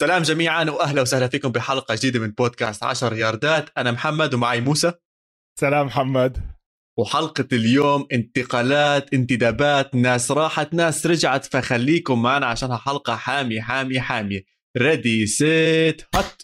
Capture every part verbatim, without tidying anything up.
سلام جميعا وأهلا وسهلا فيكم بحلقة جديدة من بودكاست عشر ياردات. أنا محمد ومعي موسى. سلام محمد. وحلقة اليوم انتقالات، انتدابات، ناس راحت ناس رجعت، فخليكم معنا عشانها حلقة حامية حامية حامية. ريدي سيت هات.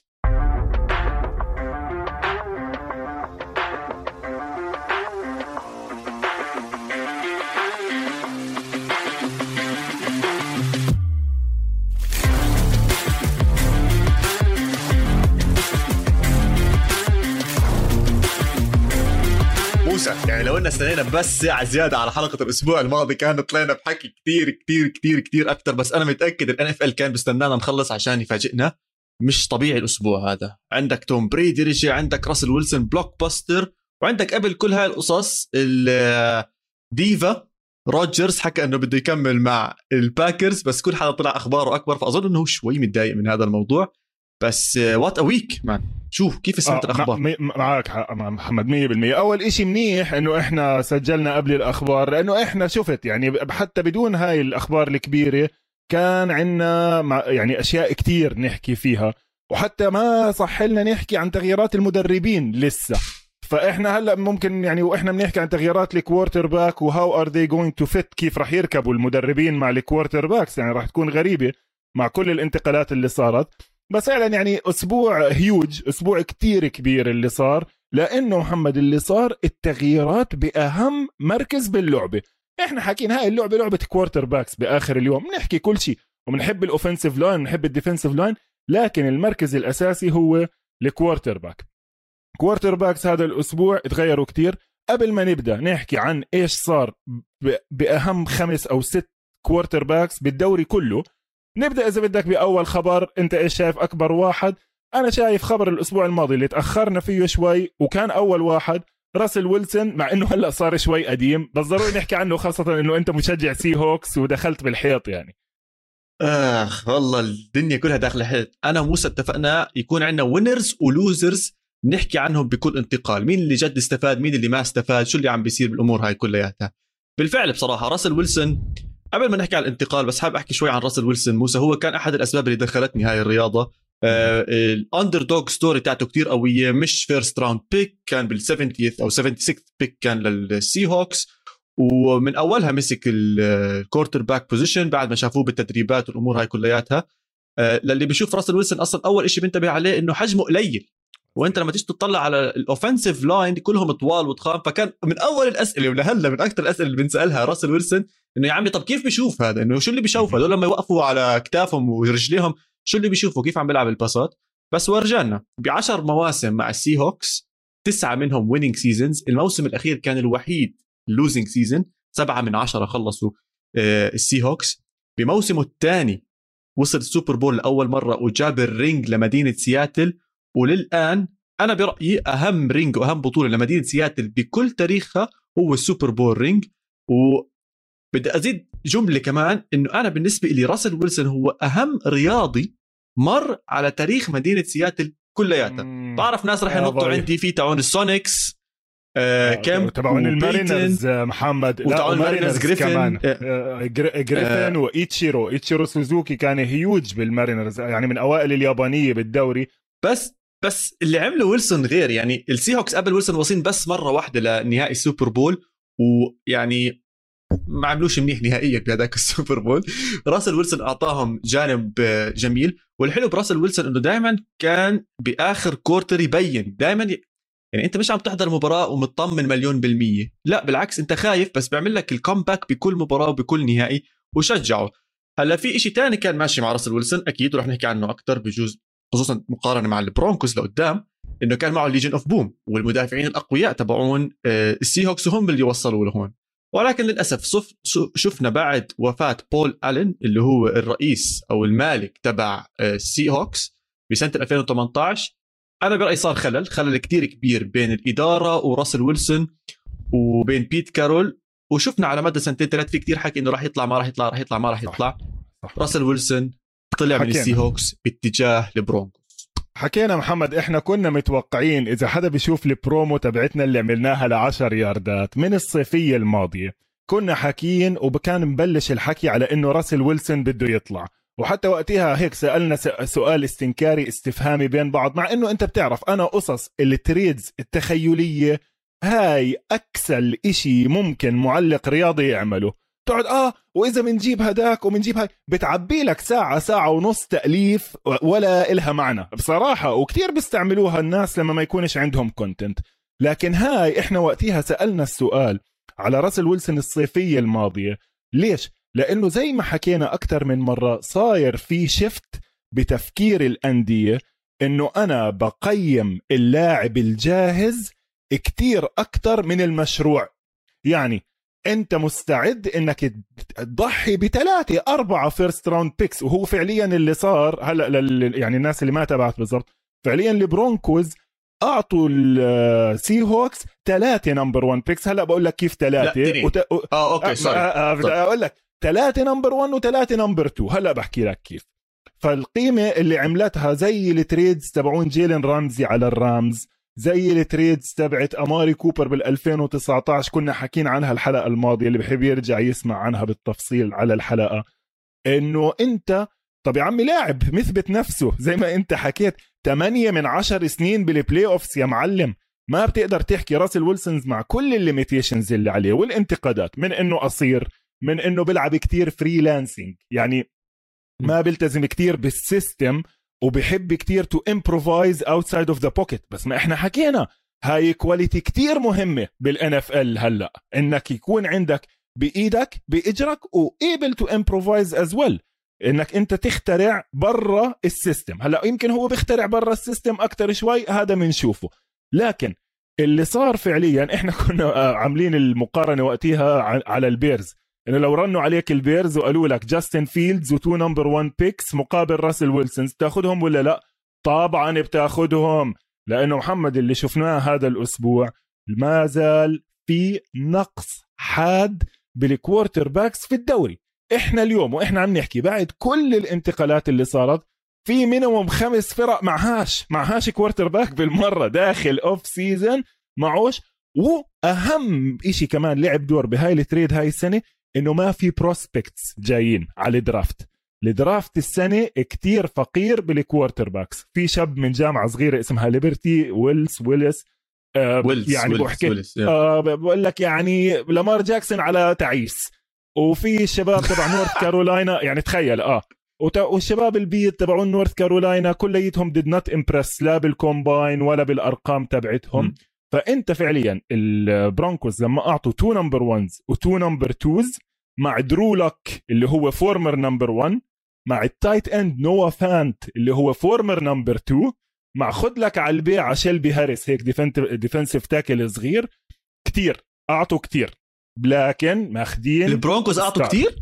يعني لو إن استنينا بس ساعة زيادة على حلقة الأسبوع الماضي كان طلعنا بحكي كتير كتير كتير كتير أكتر، بس أنا متأكد ال إن إف إل كان بستنانا نخلص عشان يفاجئنا. مش طبيعي الأسبوع هذا. عندك توم بريدي رجع، عندك راسل ويلسون بلوك باستر، وعندك قبل كل هاي القصص الديفا روجرز حكى أنه بده يكمل مع الباكرز، بس كل حدا طلع أخباره أكبر، فأظن أنه شوي متضايق من هذا الموضوع. بس وات ا ويك مان. شوف كيف سمعت آه الأخبار. معك حق محمد مية بالمية. أول إشي منيح إنه إحنا سجلنا قبل الأخبار، لأنه إحنا شفت يعني حتى بدون هاي الأخبار الكبيرة كان عنا يعني أشياء كتير نحكي فيها، وحتى ما صح لنا نحكي عن تغييرات المدربين لسه. فإحنا هلأ ممكن يعني وإحنا بنحكي عن تغييرات الكوارتر باك وهاو ار ذي جوينج تو فيت، كيف رح يركبوا المدربين مع الكوارتر باكس، يعني رح تكون غريبة مع كل الانتقالات اللي صارت. بس فعلا يعني أسبوع هيوج، أسبوع كتير كبير اللي صار، لأنه محمد اللي صار التغييرات بأهم مركز باللعبة. إحنا حكينا هاي اللعبة لعبة كوارتر باكس بآخر اليوم، نحكي كل شيء ومنحب الأوفنسيف لاين ونحب الديفنسيف لاين، لكن المركز الأساسي هو الكوارتر باك. كوارتر باكس هذا الأسبوع تغيروا كتير. قبل ما نبدأ نحكي عن إيش صار بأهم خمس أو ست كوارتر باكس بالدوري كله، نبدأ إذا بدك بأول خبر. أنت إيش شايف أكبر واحد؟ أنا شايف خبر الأسبوع الماضي اللي تأخرنا فيه شوي وكان أول واحد راسل ويلسون، مع إنه هلأ صار شوي قديم بس ضروري نحكي عنه، خاصة إنه أنت مشجع سي هوكس ودخلت بالحيط يعني. آخ والله الدنيا كلها داخل حيط. أنا وموسى اتفقنا يكون عندنا وينرز ولوزرز نحكي عنهم بكل انتقال، مين اللي جد استفاد مين اللي ما استفاد، شو اللي عم بيصير بالأمور هاي كلياتها. بالفعل بصراحة راسل ويلسون، قبل ما نحكي عن الانتقال بس حاب أحكي شوي عن راسل ويلسون. موسى هو كان أحد الأسباب اللي دخلتني هاي الرياضة. الأندر دوغ ستوري تاعته كتير قوية، مش فيرست راوند بيك، كان بالسفنتيث أو سفنتي سيكث بيك كان للسي هوكس، ومن أولها مسك الكورتر باك بوزيشن بعد ما شافوه بالتدريبات والأمور هاي كلياتها. للي بيشوف راسل ويلسون أصلا أول إشي بنتبه عليه إنه حجمه قليل، وانت لما تيجي تطلع على الاوفنسيف لاين كلهم طوال وضخام، فكان من اول الاسئله ولهلا من اكثر الاسئله اللي بنسالها راسل ويلسون انه يا عمي طب كيف بيشوف هذا، انه شو اللي بيشوفه هذول لما يوقفوا على اكتافهم ورجليهم، شو اللي بيشوفوا كيف عم بيلعب الباسات. بس ورجعنا بعشر مواسم مع السي هوكس، تسعه منهم ويننج سيزونز، الموسم الاخير كان الوحيد لوزنج سيزون، سبعه من عشره خلصوا السي هوكس. بموسمه الثاني وصل السوبر بول لاول مره وجاب الرينج لمدينه سياتل، وللآن أنا برأيي أهم رينج وأهم بطولة لمدينة سياتل بكل تاريخها هو السوبر بول رينج. وبدي أزيد جملة كمان إنه أنا بالنسبة لي راسل ويلسون هو أهم رياضي مر على تاريخ مدينة سياتل كلياتها. بعرف ناس رح ينطوا عندي في تعون السونيكس آه كم تبعون المارينرز محمد، وتعون المارينرز جريفن آه جريفن آه وإيتشيرو إيتشيرو سوزوكي كان هيوج بالمارينرز، يعني من أوائل اليابانية بالدوري. بس بس اللي عمله ويلسون غير، يعني السي هوكس قبل ويلسون واصلين بس مرة واحدة لنهائي السوبر بول، ويعني ما عملوش منيح نهائيا بهذاك السوبر بول. راسل ويلسون أعطاهم جانب جميل، والحلو براسل ويلسون إنه دائما كان بآخر كورتر يبين دائما، يعني أنت مش عم تحضر مباراة ومطمن مليون بالمية، لا بالعكس أنت خايف، بس بيعمل لك الكومباك بكل مباراة وبكل نهائي وشجعه. هلا في إشي تاني كان ماشي مع راسل ويلسون أكيد ورح نحكي عنه أكتر بجوز، خصوصا مقارنة مع البرونكوس لقدام، إنه كان معه الليجن أوف بوم والمدافعين الأقوياء تبعون السي هوكس هم اللي وصلوا لهون. ولكن للأسف صف شفنا بعد وفاة بول ألين اللي هو الرئيس أو المالك تبع السي هوكس بسنة ألفين وثمانية عشر، أنا برأيي صار خلل خلل كتير كبير بين الإدارة وراسل ويلسون وبين بيت كارول، وشفنا على مدى سنتين ثلاث في كتير حكي إنه راح يطلع ما راح يطلع راح يطلع ما راح يطلع. راسل ويلسون طلع من السي هوكس باتجاه البرونكوس. حكينا محمد، احنا كنا متوقعين اذا حدا بيشوف البرومو تبعتنا اللي عملناها لعشر ياردات من الصيفية الماضية، كنا حكيين وكان مبلش الحكي على انه راسل ويلسون بده يطلع، وحتى وقتها هيك سألنا سؤال استنكاري استفهامي بين بعض، مع انه انت بتعرف انا قصص التريدز التخيلية هاي اكسل اشي ممكن معلق رياضي يعمله. تقعد اه واذا منجيب هداك ومنجيب هاي، بتعبي لك ساعة ساعة ونص تأليف ولا إلها معنى بصراحة، وكتير بيستعملوها الناس لما ما يكونش عندهم كونتنت. لكن هاي احنا وقتها سألنا السؤال على راسل ويلسون الصيفية الماضية. ليش؟ لأنه زي ما حكينا أكتر من مرة صاير في شفت بتفكير الأندية إنه أنا بقيم اللاعب الجاهز كتير أكتر من المشروع. يعني أنت مستعد إنك تضحي بثلاثة أربعة فيرست راوند بيكس، وهو فعليا اللي صار هلأ لل... يعني الناس اللي ما تابعت بالضبط، فعليا البرونكوز أعطوا السي هوكس ثلاثة نمبر وان بيكس. هلأ بقول لك كيف ثلاثة وت... آه أوكي سوري أقول لك ثلاثة نمبر وان وثلاثة نمبر تو. هلأ بحكي لك كيف. فالقيمة اللي عملتها زي التريدز تبعون جيلن رامزي على الرامز، زي التريدز تبعت أماري كوبر بال2019 كنا حكين عنها الحلقة الماضية، اللي بحب يرجع يسمع عنها بالتفصيل على الحلقة. إنه أنت طب يا عمي لاعب مثبت نفسه زي ما أنت حكيت ثمانية من عشر سنين بالبلاي أوفس يا معلم. ما بتقدر تحكي راسل ويلسونز مع كل الليميتيشنز اللي عليه والانتقادات، من إنه قصير، من إنه بيلعب كتير فريلانسينج، يعني ما بيلتزم كتير بالسيستم، وبيحب كتير تو امبروفايز اوتسايد اوف ذا بوكيت. بس ما احنا حكينا هاي كواليتي كتير مهمة بالان اف ال هلا، انك يكون عندك بايدك باجرك وايبل تو امبروفايز از ويل، انك انت تخترع برا السيستم. هلا يمكن هو بيخترع برا السيستم اكتر شوي، هذا بنشوفه. لكن اللي صار فعليا احنا كنا عاملين المقارنة وقتها على البيرز، إنه لو رنوا عليك البيرز وقالوا لك جاستن فيلدز وتو نمبر وان بيكس مقابل راسل ويلسونز، تاخدهم ولا لا؟ طبعا بتاخدهم، لأنه محمد اللي شفناه هذا الأسبوع ما زال في نقص حاد بالكوارتر باكس في الدوري. إحنا اليوم وإحنا عم نحكي بعد كل الانتقالات اللي صارت، في مينيموم خمس فرق معهاش معهاش كوارتر باك بالمرة داخل أوف سيزن معوش. وأهم إشي كمان لعب دور بهاي التريد هاي السنة إنه ما في بروسبكتس جايين على الدرافت. الدرافت السنة كتير فقير بالكوارتر باكس. في شاب من جامعة صغيرة اسمها ليبرتي ويلس ويلس آه ويلس يعني ويلس بحكي ويلس آه بقول لك يعني لامار جاكسون على تعيس. وفي الشباب تبع نورث كارولاينا يعني تخيل اه والشباب البيض تبعون نورث كارولاينا كليتهم did not impress لا بالكومباين ولا بالأرقام تبعتهم. م. فأنت فعليا البرونكوز لما أعطوا تو نمبر وانز وتو نمبر توز مع درو لوك اللي هو فورمر نمبر وان، مع التايت اند نوا فانت اللي هو فورمر نمبر تو، مع خد لك على البيع شيلبي هاريس هيك ديفنسيف تاكل صغير، كتير أعطوا كتير. لكن ماخدين البرونكوز أعطوا كتير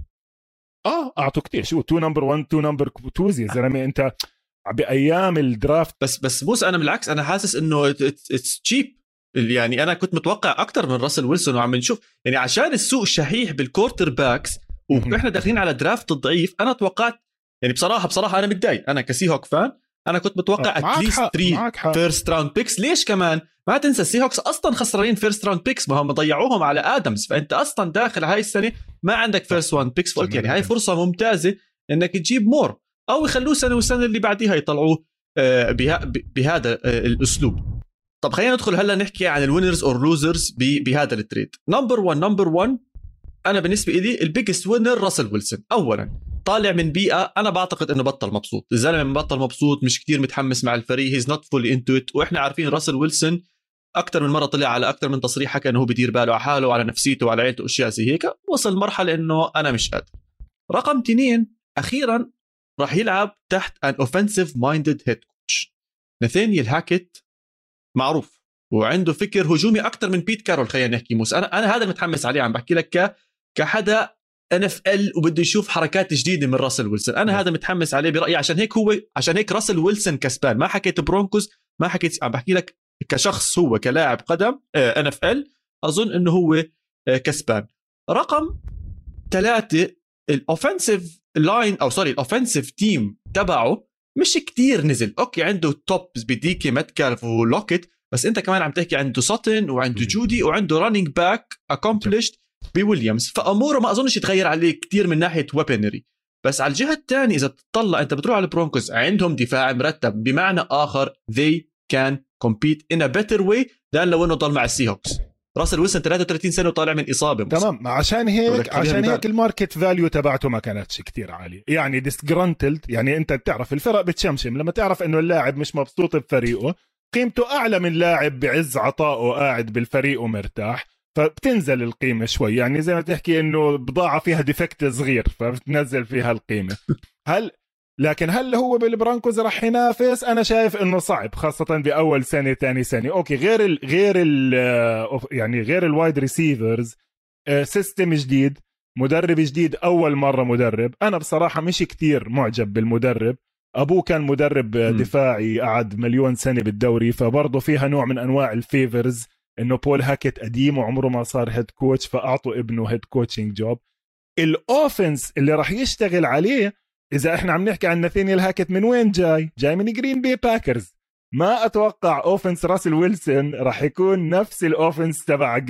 اه أعطوا كتير. شو تو نمبر وان تو نمبر توز يا زلمة أنت بأيام الدرافت. بس بس بص أنا بالعكس أنا حاسس إنه it's cheap. يعني أنا كنت متوقع أكتر من راسل ويلسون، وعم نشوف يعني عشان السوق شحيح بالكورتر باكس وإحنا داخلين على درافت الضعيف. أنا توقعت يعني بصراحة بصراحة أنا متضايق، أنا كسي هوك فان أنا كنت متوقع أتليست ثري فيرست راوند بيكس. ليش كمان ما تنسى السي هوكس أصلا خسرانين فيرست راوند بيكس، ما هم ضيعوهم على آدمز، فأنت أصلا داخل هاي السنة ما عندك فيرست راوند بيكس. فقلت يعني هاي فرصة ممتازة إنك تجيب مور، أو يخلوه سنة والسنة اللي بعديها يطلعوه بهذا الأسلوب. طب خلينا ندخل هلا نحكي عن الوينرز اور لوزرز بهذا التريد. نمبر واحد نمبر واحد انا بالنسبه لي البيجست وينر راسل ويلسون. اولا طالع من بيئه انا بعتقد انه بطل مبسوط، الزلمه من بطل مبسوط، مش كتير متحمس مع الفريق، هيز نوت فولي انتو ات. واحنا عارفين راسل ويلسون اكثر من مره طلع على اكثر من تصريح حكى انه هو بدير باله على حاله وعلى نفسيته وعلى عيلته واشياء زي هيك. وصل مرحله انه انا مش قادر. رقم اثنين اخيرا راح يلعب تحت ان اوفنسيف مايندد هيد كوتش. ناثانييل هاكيت معروف وعنده فكر هجومي اكثر من بيت كارول. خلينا نحكي موسى انا انا هذا المتحمس عليه، عم بحكي لك ك كحدا ان اف ال وبده يشوف حركات جديده من راسل ويلسون. انا م. هذا متحمس عليه برايي، عشان هيك هو عشان هيك راسل ويلسون كسبان. ما حكيت برونكوز، ما حكيت، عم بحكي لك كشخص هو كلاعب قدم ان اف ال اظن انه هو كسبان. رقم ثلاثة الاوفنسيف لاين او سوري الاوفنسيف تيم تبعه مش كتير نزل. اوكي عنده توبز بديكي متكالف ولوكيت، بس انت كمان عم تحكي عنده ساتن وعنده جودي وعنده رانينج باك اكومبليشد بويليامز، فاموره ما اظنش يتغير عليه كتير من ناحيه ويبنري. بس على الجهه الثانيه اذا بتطلع انت بتروح على البرونكوز عندهم دفاع مرتب، بمعنى اخر they can compete in a better way لان لو انه ضل مع السي هوكس. راسل ويلسون ثلاثة وثلاثين سنه وطالع من اصابه. تمام، عشان هيك عشان هيك الماركت فاليو تبعته ما كانتش كتير عاليه، يعني ديسجرانتلد. يعني انت بتعرف الفرق بتشمشم لما تعرف انه اللاعب مش مبسوط بفريقه، قيمته اعلى من لاعب بعز عطائه قاعد بالفريق ومرتاح، فبتنزل القيمه شوي. يعني زي ما تحكي انه بضاعه فيها ديفكت صغير فبتنزل فيها القيمه. هل لكن هل هو بالبرانكوز راح ينافس؟ انا شايف انه صعب، خاصه باول سنه ثاني سنه. اوكي، غير ال غير ال يعني غير الوايد ريسيفرز، سيستم جديد، مدرب جديد، اول مره مدرب. انا بصراحه مش كتير معجب بالمدرب. ابوه كان مدرب دفاعي قعد مليون سنه بالدوري، فبرضه فيها نوع من انواع الفيفرز انه بول هاكيت قديم وعمره ما صار هيد كوتش فاعطوا ابنه هيد كوتشنج جوب. الاوفنس اللي راح يشتغل عليه، اذا احنا عم نحكي عن ناثانيال هاكيت، من وين جاي؟ جاي من جرين بي باكرز. ما اتوقع اوفنس راسل ويلسون راح يكون نفس الاوفنس تبع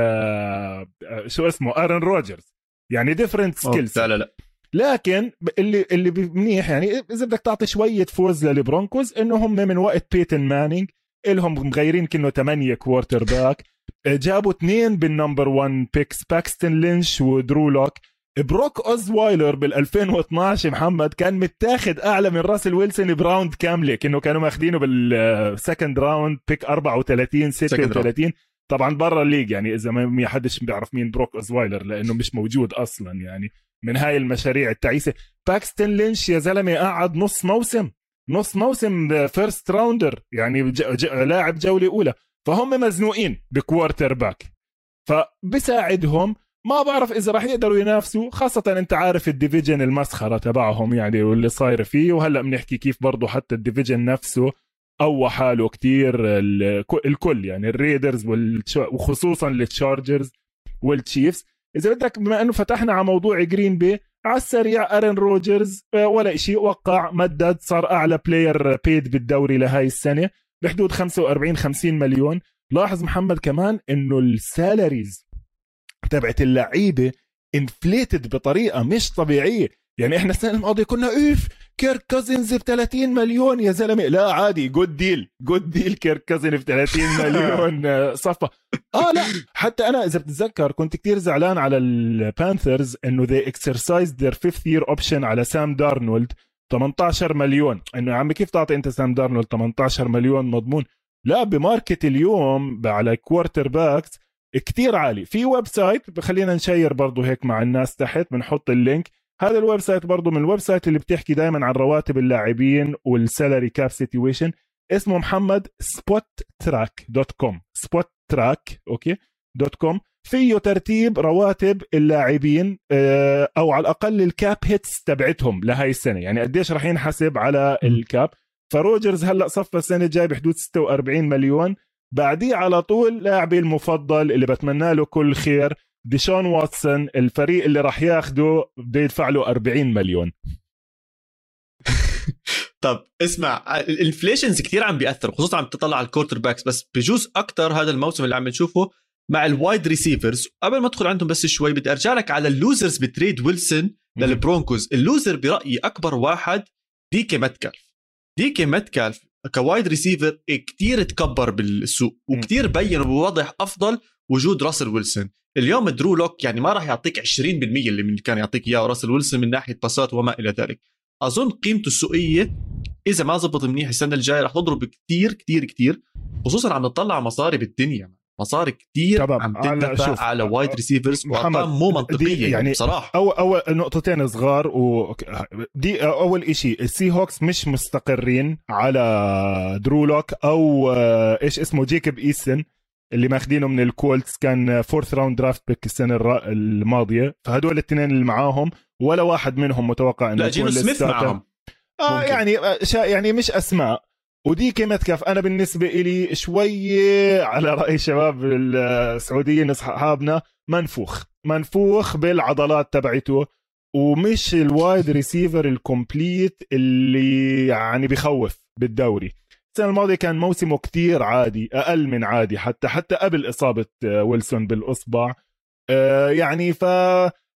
شو اسمه ارن روجرز، يعني ديفرنت سكيلز. لا لا لا لكن اللي اللي منيح، يعني اذا بدك تعطي شويه فوز للبرونكوز، انه هم من وقت بيتن مانينج إلهم مغيرين كأنه ثمانية كوارتر باك، جابوا اثنين بالنمبر واحد بيكس، باكستن لينش ودرو لوك. بروك أوزوايلر بالألفين واثناشر محمد كان متاخد أعلى من راسل ويلسون براوند كاملة، كأنه كانوا ماخدينه بالسكند راوند بيك أربعة وثلاثين ستة وثلاثين، طبعا برا الليج. يعني إذا ما حدش بيعرف مين بروك أوزوايلر لأنه مش موجود أصلا، يعني من هاي المشاريع التعيسة. باكستن لينش يا زلمة قعد نص موسم نص موسم فيرست راوندر، يعني ج... ج... لاعب جولة أولى. فهم مزنوقين بكوارتر باك، فبساعدهم. ما بعرف إذا راح يقدروا ينافسوا، خاصة أنت عارف الديفيجن المسخرة تبعهم يعني واللي صاير فيه. وهلأ بنحكي كيف برضو حتى الديفيجن نفسه قوى حاله كتير، الكل يعني الريدرز والش... وخصوصا التشارجرز والتشيفز. إذا بدك بما أنه فتحنا على موضوع جرين بي على السريع، أرن روجرز ولا إشي، وقع مدد، صار أعلى بلاير بيد بالدوري لهاي السنة بحدود خمسة وأربعين خمسين مليون. لاحظ محمد كمان إنه السالاريز تبعت اللعيبة انفليتد بطريقة مش طبيعية. يعني إحنا السنة الماضية كنا إيف كيرك كازينز ب ثلاثين مليون يا زلمة، لا عادي، جود ديل جود ديل كيرك كازين ب ثلاثين مليون صفة. آه لا، حتى أنا إذا بتتذكر كنت كتير زعلان على البانثرز إنه they exercised their fifth year option على سام دارنولد ثمانية عشر مليون. إنه يا عمي كيف تعطي أنت سام دارنولد ثمانية عشر مليون مضمون؟ لا، بماركت اليوم على كوارتر باكس كتير عالي. في ويب سايت خلينا نشير برضو هيك مع الناس تحت، بنحط اللينك. هذا الويب سايت برضو من الويب سايت اللي بتحكي دايما عن رواتب اللاعبين والسالري كاب سيتويشن، اسمه محمد سبوت تراك دوت كوم. سبوت تراك اوكي دوت كوم فيه ترتيب رواتب اللاعبين او على الاقل الكاب هيتس تبعتهم لهاي السنه، يعني قديش راح ينحسب على الكاب. فروجرز هلا صفى السنه الجاي بحدود ستة وأربعين مليون. بعديه على طول لاعبي المفضل اللي بتمنى له كل خير، ديشون واتسون، الفريق اللي راح ياخده بده يدفع له أربعين مليون. طب اسمع، الانفليشنز كتير عم بيأثر، خصوصا عم تطلع على الكورتر باكس، بس بجوز اكتر هذا الموسم اللي عم نشوفه مع الوايد ريسيفرز. قبل ما ادخل عندهم بس شوي بدي ارجع لك على اللوزرز بتريد ويلسون للبرونكوز. اللوزر برأيي اكبر واحد ديكي متكالف. ديكي متكالف كوايد ريسيفر كتير تكبر بالسوق وكتير بينوا بوضح افضل وجود راسل ويلسون. اليوم درو لوك يعني ما راح يعطيك عشرين بالمية اللي من كان يعطيك اياه راسل ويلسون من ناحيه باسات وما الى ذلك. اظن قيمته السوقيه اذا ما زبط منيح السنه الجايه راح تضرب كتير كتير كتير، خصوصا عم نطلع مصاري بالدنيا، مصاري كتير عم تدفع على وايد ريسيفرز وارقام مو منطقيه يعني بصراحه. أو أول نقطتين صغار، ودي اول إشي السي هوكس مش مستقرين على درو لوك او ايش اسمه جيكوب ايسن اللي ماخدينه من الكولتس، كان فورث راوند درافت بيك السنه الماضيه. فهدول الاثنين اللي معاهم ولا واحد منهم متوقع انه يكون سميث معهم. اه يعني يعني مش اسماء. ودي كمتكف انا بالنسبه إلي شويه على راي شباب السعوديين اصحابنا منفوخ منفوخ بالعضلات تبعته، ومش الوايد ريسيفر الكومبليت اللي يعني بخوف بالدوري. السنه الماضيه كان موسمه كتير عادي، اقل من عادي، حتى حتى قبل اصابه ويلسون بالاصبع. آه يعني ف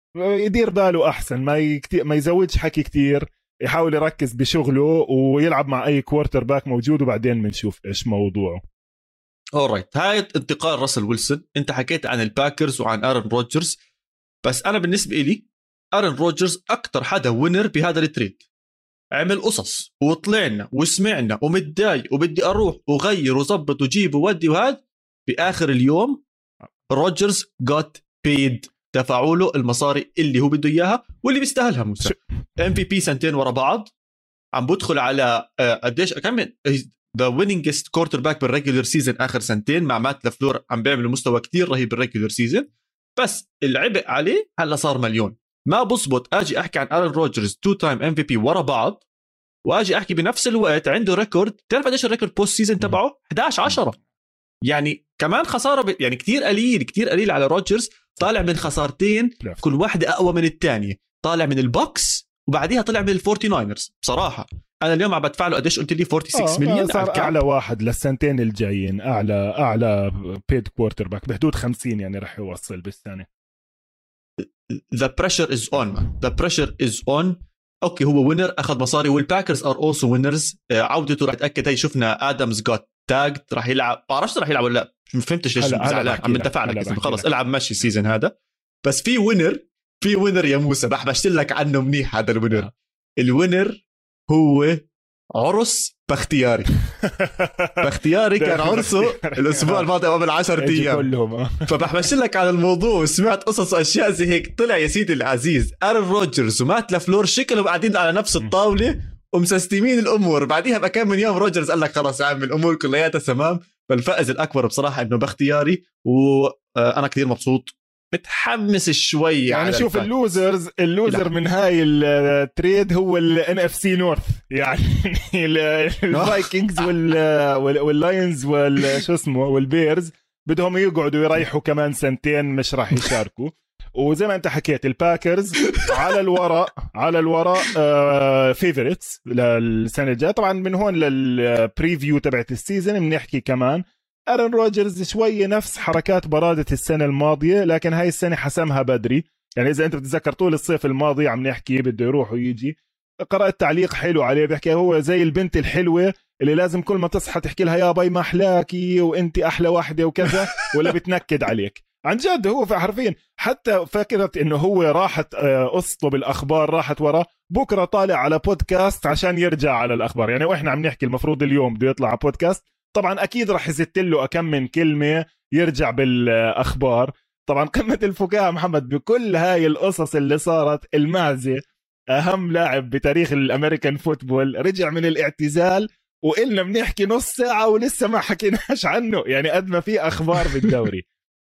يدير باله احسن، ما يكتي... ما يزودش حكي كتير، يحاول يركز بشغله ويلعب مع اي كوارتر باك موجود، وبعدين بنشوف ايش موضوعه. اورايت، هاي انتقال راسل ويلسون. انت حكيت عن الباكرز وعن ارن روجرز، بس انا بالنسبه لي ارن روجرز اكتر حدا وينر بهذا التريد. عمل قصص وطلعنا وسمعنا ومتضايق وبدي اروح وغير وظبط وجيب وودي، وهذا باخر اليوم روجرز got paid، دفعوا له المصاري اللي هو بده اياها واللي بيستاهلها. موسى ام في بي سنتين ورا بعض، عم بدخل على قديش كمان ذا ويننجست كورتر باك بالريجولر سيزون اخر سنتين مع مات لافلور، عم بيعمل مستوى كتير رهيب بالريجولر سيزون. بس العبء عليه هلا صار مليون. ما بصبط اجي احكي عن ارن روجرز تو تايم ام في بي ورا بعض، واجي احكي بنفس الوقت عنده ريكورد. تعرف قديش الريكورد بوست سيزون تبعه؟ إحدى عشر عشرة. يعني كمان خساره ب... يعني كتير قليل كتير قليل على روجرز. طالع من خسارتين كل واحده اقوى من الثانيه، طالع من البوكس وبعديها طلع من الفورتي ناينرز. بصراحه انا اليوم عم بدفع له قديش قلت لي ستة وأربعين مليون، صار اعلى واحد للسنتين الجايين، اعلى اعلى بيد كوارتر باك بحدود خمسين يعني رح يوصل بالسنه. the pressure is on man. the pressure is on. اوكي هو وينر، اخذ مصاري، والباكرز ار اولسو وينرز. عودته رح تاكد. هي شفنا ادمز جوت تاجد، رح يلعب، بعرفش رح يلعب ولا لا، ما فهمتش ليش زعلان. عم ندفع لك اسمه خلص العب ماشي السيزون هذا. بس في وينر، في وينر يا موسى، رح بشتل لك عنه منيح. هذا الوينر آه. الوينر هو عرس باختياري. باختياري كان عرسه الاسبوع الماضي قبل عشرة ايام، فبحبش لك على الموضوع. سمعت قصص اشياء زي هيك. طلع يا سيدي العزيز ارن روجرز ومات لافلور شكلهم قاعدين على نفس الطاوله ومسستمين الامور. بعديها بكم من يوم روجرز قال لك خلاص يا عم الامور كلياتها تمام. فالفائز الاكبر بصراحه انه باختياري، وانا كثير مبسوط، متحمس شوي. يعني شوف اللوزرز، اللوزر من هاي التريد هو الان اف سي نورث، يعني الفايكنجز واللاينز والشو اسمه والبيرز بدهم يقعدوا يريحوا كمان سنتين، مش راح يشاركوا. وزي ما انت حكيت الباكرز على الورق على الورق آه فيفوريتس للسنه الجايه. طبعا من هون للبريفيو تبعت السيزون بنحكي كمان ارن روجرز شويه نفس حركات برادة السنه الماضيه، لكن هاي السنه حسمها بدري. يعني اذا انت بتتذكر طول الصيف الماضي عم نحكي بده يروح ويجي، قرأت تعليق حلو عليه بيحكي هو زي البنت الحلوه اللي لازم كل ما تصحى تحكي لها يا باي ما احلاكي وانت احلى واحده وكذا، ولا بتنكد عليك. عن جد هو حرفيا حتى فكرت انه هو راحت قصته بالاخبار راحت وراه، بكره طالع على بودكاست عشان يرجع على الاخبار. يعني واحنا عم نحكي المفروض اليوم بده يطلع على بودكاست، طبعا اكيد راح يزت له كم من كلمه يرجع بالاخبار. طبعا قمه الفكاهه محمد بكل هاي القصص اللي صارت، المعزه اهم لاعب بتاريخ الامريكان فوتبول رجع من الاعتزال، وإلنا بنحكي نص ساعه ولسه ما حكيناش عنه. يعني قد ما في اخبار بالدوري.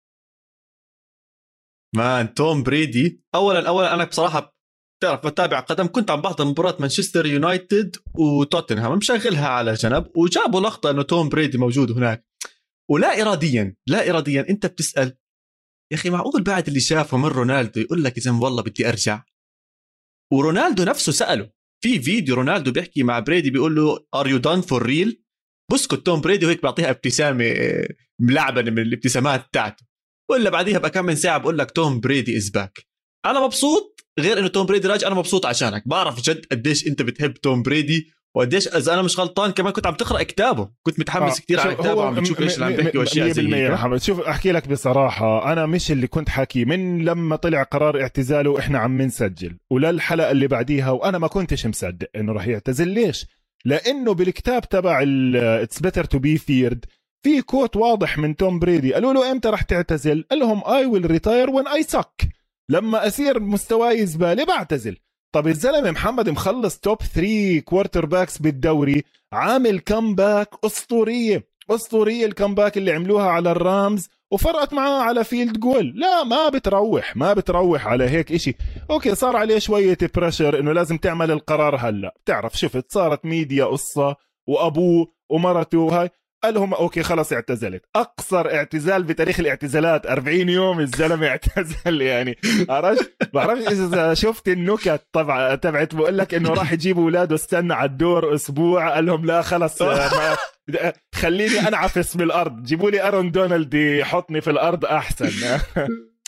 مان توم بريدي، اولا اولا انا بصراحه تعرف بتابع قدم، كنت عم بحضر مباراه مانشستر يونايتد وتوتنهام مشغلها على جنب، وجابوا لقطه انه توم بريدي موجود هناك، ولا اراديا لا اراديا انت بتسال يا اخي معقول بعد اللي شافه من رونالدو يقول لك اذا والله بدي ارجع؟ ورونالدو نفسه ساله في فيديو، رونالدو بيحكي مع بريدي بيقول له ار يو دان فور ريل؟ بسكت توم بريدي وهيك بيعطيها ابتسامه ملعبه من الابتسامات تاعته، ولا بعديها بكم من ساعه بقول لك توم بريدي از باك. انا مبسوط، غير انه توم بريدي راجع، انا مبسوط عشانك. بعرف جد قديش انت بتحب توم بريدي، وقديش اذا انا مش غلطان كمان كنت عم تقرا كتابه، كنت متحمس آه. كتير على كتابه، عم بتشوف ايش اللي عم بيحكي واشياء زي هيك. محمد شوف احكي لك بصراحه، انا مش اللي كنت حكي من لما طلع قرار اعتزاله واحنا عم نسجل وللحلقه اللي بعديها، وانا ما كنتش مصدق انه راح يعتزل. ليش؟ لانه بالكتاب تبع اتس بيتر تو بي فيرد في كوت واضح من توم بريدي، قالوا له امتى راح تعتزل؟ قال لهم اي ويل ريتاير وين اي سك، لما أصير مستواي زبالة بعتزل. طب الزلمة محمد مخلص توب ثري كوارتر باكس بالدوري، عامل كامباك أسطورية أسطورية. الكامباك اللي عملوها على الرامز وفرقت معاه على فيلد جول، لا ما بتروح ما بتروح على هيك إشي. أوكي صار عليه شوية بريشر إنه لازم تعمل القرار هلأ، بتعرف شفت صارت ميديا قصة وأبوه ومرته وهاي، قال لهم اوكي خلاص اعتزلت. اقصر اعتزال بتاريخ الاعتزالات أربعين يوم الزلمه اعتزل. يعني عرفت بعرفش اذا شفت النكت طبعا تبعت بقول لك انه راح يجيب اولاده استنى على الدور اسبوع، قال لهم لا خلص ما خليني انعفس بالارض، جيبوا لي ارون دونالد يحطني في الارض احسن.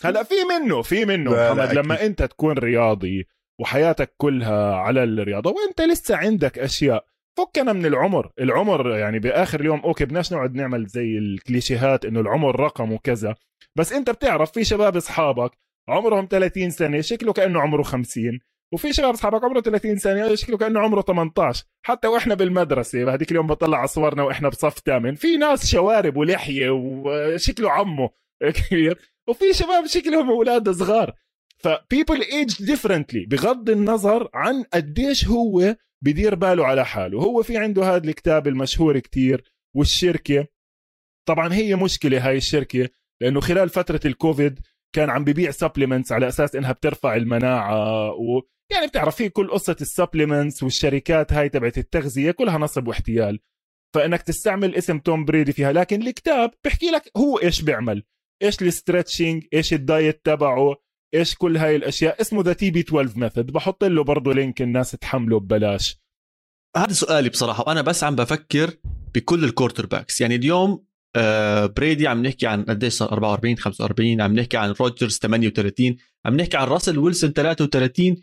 هلا في منه في منه محمد، لما انت تكون رياضي وحياتك كلها على الرياضه وانت لسه عندك اشياء، فكنا من العمر العمر يعني باخر اليوم اوكي بدناش نقعد نعمل زي الكليشيهات انه العمر رقم وكذا، بس انت بتعرف في شباب اصحابك عمرهم ثلاثين سنه شكله كانه عمره خمسين، وفي شباب اصحابك عمره ثلاثين سنه شكله كانه عمره ثمانية عشر. حتى واحنا بالمدرسه هذيك اليوم بطلع صورنا واحنا بصف ثامن، في ناس شوارب ولحيه وشكله عمه كبير، وفي شباب شكلهم اولاد صغار. ف people age differently بغض النظر عن قديش هو بدير باله على حاله. هو في عنده هذا الكتاب المشهور كتير، والشركه طبعا هي مشكله هاي الشركه لانه خلال فتره الكوفيد كان عم ببيع سبليمنتس على اساس انها بترفع المناعه، ويعني بتعرف في كل قصه السبليمنتس والشركات هاي تبعت التغذيه كلها نصب واحتيال، فانك تستعمل اسم توم بريدي فيها. لكن الكتاب بحكي لك هو ايش بيعمل، ايش الستريتشنج، ايش الدايت تبعه، ايش كل هاي الاشياء. اسمه ذا تي بي اثنا عشر ميثود، بحط له برضه لينك الناس تحمله ببلاش. هذا سؤالي بصراحه، وانا بس عم بفكر بكل الكورتر باكس. يعني اليوم آه بريدي عم نحكي عن قديش صار أربعة وأربعين خمسة وأربعين، عم نحكي عن روجرز ثمانية وثلاثين، عم نحكي عن راسل ويلسون ثلاثة وثلاثين.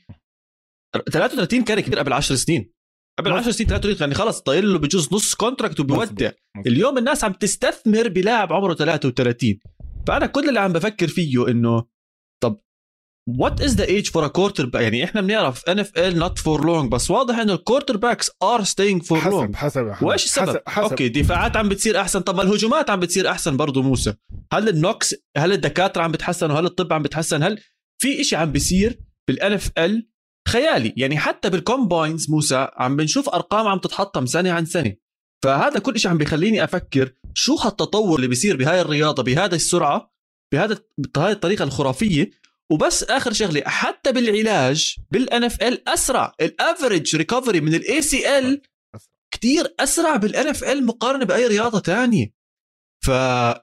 ثلاثة وثلاثين كان كبير قبل عشر سنين، قبل عشر سنين ثلاثة وثلاثين يعني خلص طايل له بجوز نص كونتراكت وبيودع. اليوم الناس عم تستثمر بلاعب عمره ثلاثة وثلاثين. فانا كل اللي عم بفكر فيه انه طب what is the age for a quarterback؟ يعني احنا بنعرف إن إف إل not for long، بس واضح انه الكورتر باكس are staying for حسب long. حسب وايش السبب؟ حسب حسب. اوكي دفاعات عم بتصير احسن، طب الهجومات عم بتصير احسن برضو موسى. هل النوكس، هل الدكاتره عم بتحسن، وهل الطب عم بتحسن، هل في اشي عم بيصير بالإن إف إل خيالي؟ يعني حتى بالكومباينز موسى عم بنشوف ارقام عم تتحطم سنه عن سنه. فهذا كل شيء عم بيخليني افكر شو هالتطور اللي بيصير بهاي الرياضه بهذا السرعه بهذا بهاي الطريقه الخرافيه. وبس اخر شغله، حتى بالعلاج بالإن إف إل اسرع، الافريج ريكفري من الإي سي إل كتير اسرع بالإن إف إل مقارنه باي رياضه تانية. ف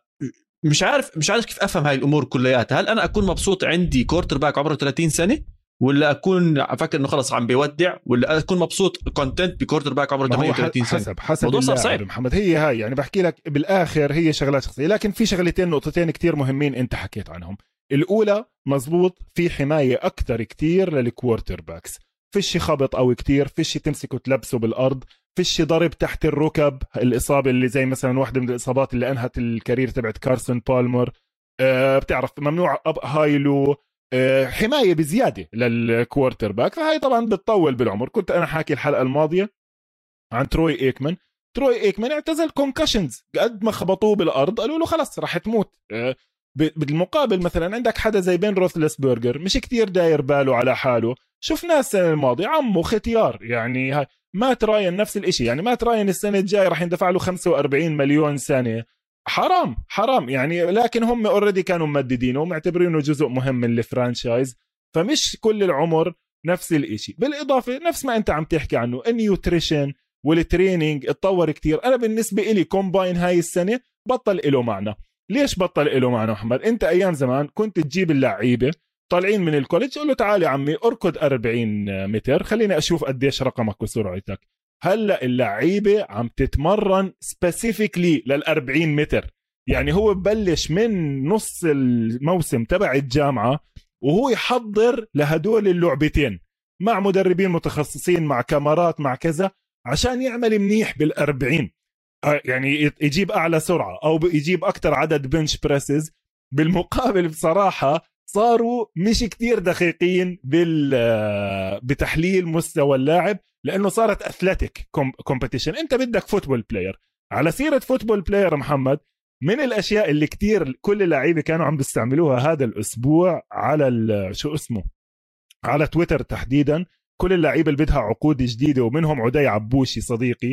مش عارف مش عارف كيف افهم هاي الامور كلياتها. هل انا اكون مبسوط عندي كورتر باك عمره ثلاثين سنه، ولا اكون افكر انه خلص عم بيودع، ولا اكون مبسوط كونتنت بكورتر باك عمره ثمانية وثلاثين سنه؟ حسب حسب اللاعب محمد. هي هاي يعني بحكي لك بالاخر هي شغلات شخصيه، لكن في شغلتين نقطتين كتير مهمين انت حكيت عنهم. الاولى مزبوط، في حمايه اكثر كتير للكوارتر باكس، فيش خبط او كتير، فيش تمسكه تلبسه بالارض، فيش ضرب تحت الركب، الاصابه اللي زي مثلا واحده من الاصابات اللي انهت الكارير تبعت كارسون بالمر. أه بتعرف ممنوع اب هايلو. أه حمايه بزياده للكوارتر باك، فهي طبعا بتطول بالعمر. كنت انا حاكي الحلقه الماضيه عن تروي ايكمان. تروي ايكمان اعتزل كونكشنز، قد ما خبطوه بالارض قالوا له خلص راح تموت. أه بالمقابل مثلا عندك حدا زي بين روثلسبرجر مش كتير داير باله على حاله، شفناه السنه الماضيه عمه ختيار. يعني هاي مات راين نفس الاشي، يعني مات راين السنه الجاي راح يندفع له خمسة وأربعين مليون سنه. حرام حرام يعني. لكن هم اوريدي كانوا ممددينه ومعتبرينه جزء مهم من الفرانشايز، فمش كل العمر نفس الاشي. بالاضافه نفس ما انت عم تحكي عنه، النيوتريشن والتريننج اتطور كتير. انا بالنسبه إلي كومباين هاي السنه بطل إله معنى. ليش بطل إله معنى محمد؟ انت ايام زمان كنت تجيب اللعيبه طالعين من الكوليدج تقول له تعال يا عمي اركض أربعين متر خليني اشوف قديش رقمك وسرعتك. هلا اللعيبه عم تتمرن سبيسيفيكلي لل40 متر. يعني هو ببلش من نص الموسم تبع الجامعه وهو يحضر لهدول اللعبتين مع مدربين متخصصين مع كاميرات مع كذا عشان يعمل منيح بالأربعين، يعني يجيب اعلى سرعه او يجيب اكتر عدد بنش بريسز. بالمقابل بصراحه صاروا مش كتير دقيقين بال بتحليل مستوى اللاعب، لانه صارت اثليتيك كومبيتيشن. انت بدك فوتبول بلاير. على سيره فوتبول بلاير محمد، من الاشياء اللي كتير كل اللعيبه كانوا عم بيستعملوها هذا الاسبوع على شو اسمه على تويتر تحديدا، كل اللعيبه اللي بدها عقود جديده ومنهم عدي عبوشي صديقي،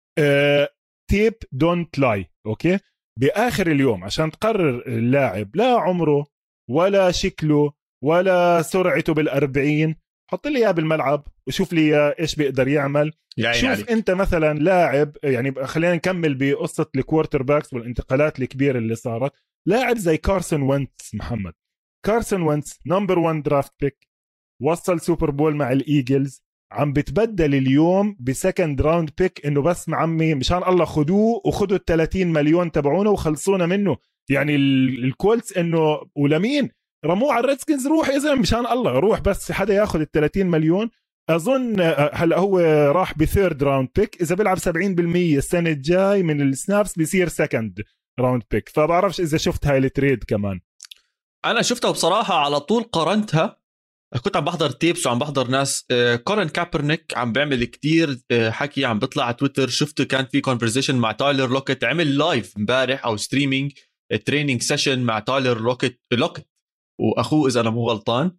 أه تيب دونت لاي. اوكي باخر اليوم عشان تقرر اللاعب لا عمره ولا شكله ولا سرعته بالأربعين، حط لي اياه بالملعب وشوف لي ايش بيقدر يعمل. يعني شوف عليك. انت مثلا لاعب، يعني خلينا نكمل بقصه الكوارتر باكس والانتقالات الكبيره اللي صارت. لاعب زي كارسون وينتس محمد، كارسون وينتس نمبر واحد درافت بيك، وصل سوبر بول مع الايجلز، عم بتبدل اليوم بسكند راوند بيك انه بس معمي مشان الله خدوه وخدوا الثلاثين مليون تبعونه وخلصونا منه. يعني الكولتس انه ولمين رموه على الريدسكنز، روح اذا مشان الله روح، بس حدا ياخذ ال ثلاثين مليون. اظن هلا هو راح بثيرد راوند بيك، اذا بيلعب سبعين بالمية السنه الجاي من السنابس بيصير سكند راوند بيك. فبعرفش اذا شفت هاي التريد كمان. انا شفتها بصراحه على طول قارنتها، كنت عم بحضر تيبس وعم بحضر ناس. كولين كابرنيك عم بيعمل كتير حكي، عم بيطلع على تويتر، شفته كان في كونفرزيشن مع تايلر لوكيت، عمل لايف امبارح او ستريمينج تريننج سيشن مع تايلر لوكيت لوكيت واخوه اذا انا مو غلطان.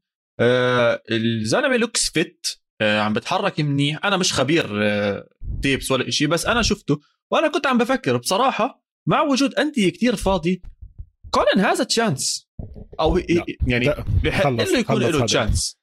الزلمه لوكس فيت، عم بتحرك منيح. انا مش خبير تيبس ولا إشي، بس انا شفته وانا كنت عم بفكر بصراحه مع وجود أندية كتير فاضي كولين هذا تشانس، او لا. يعني بحق له يكون له تشانس.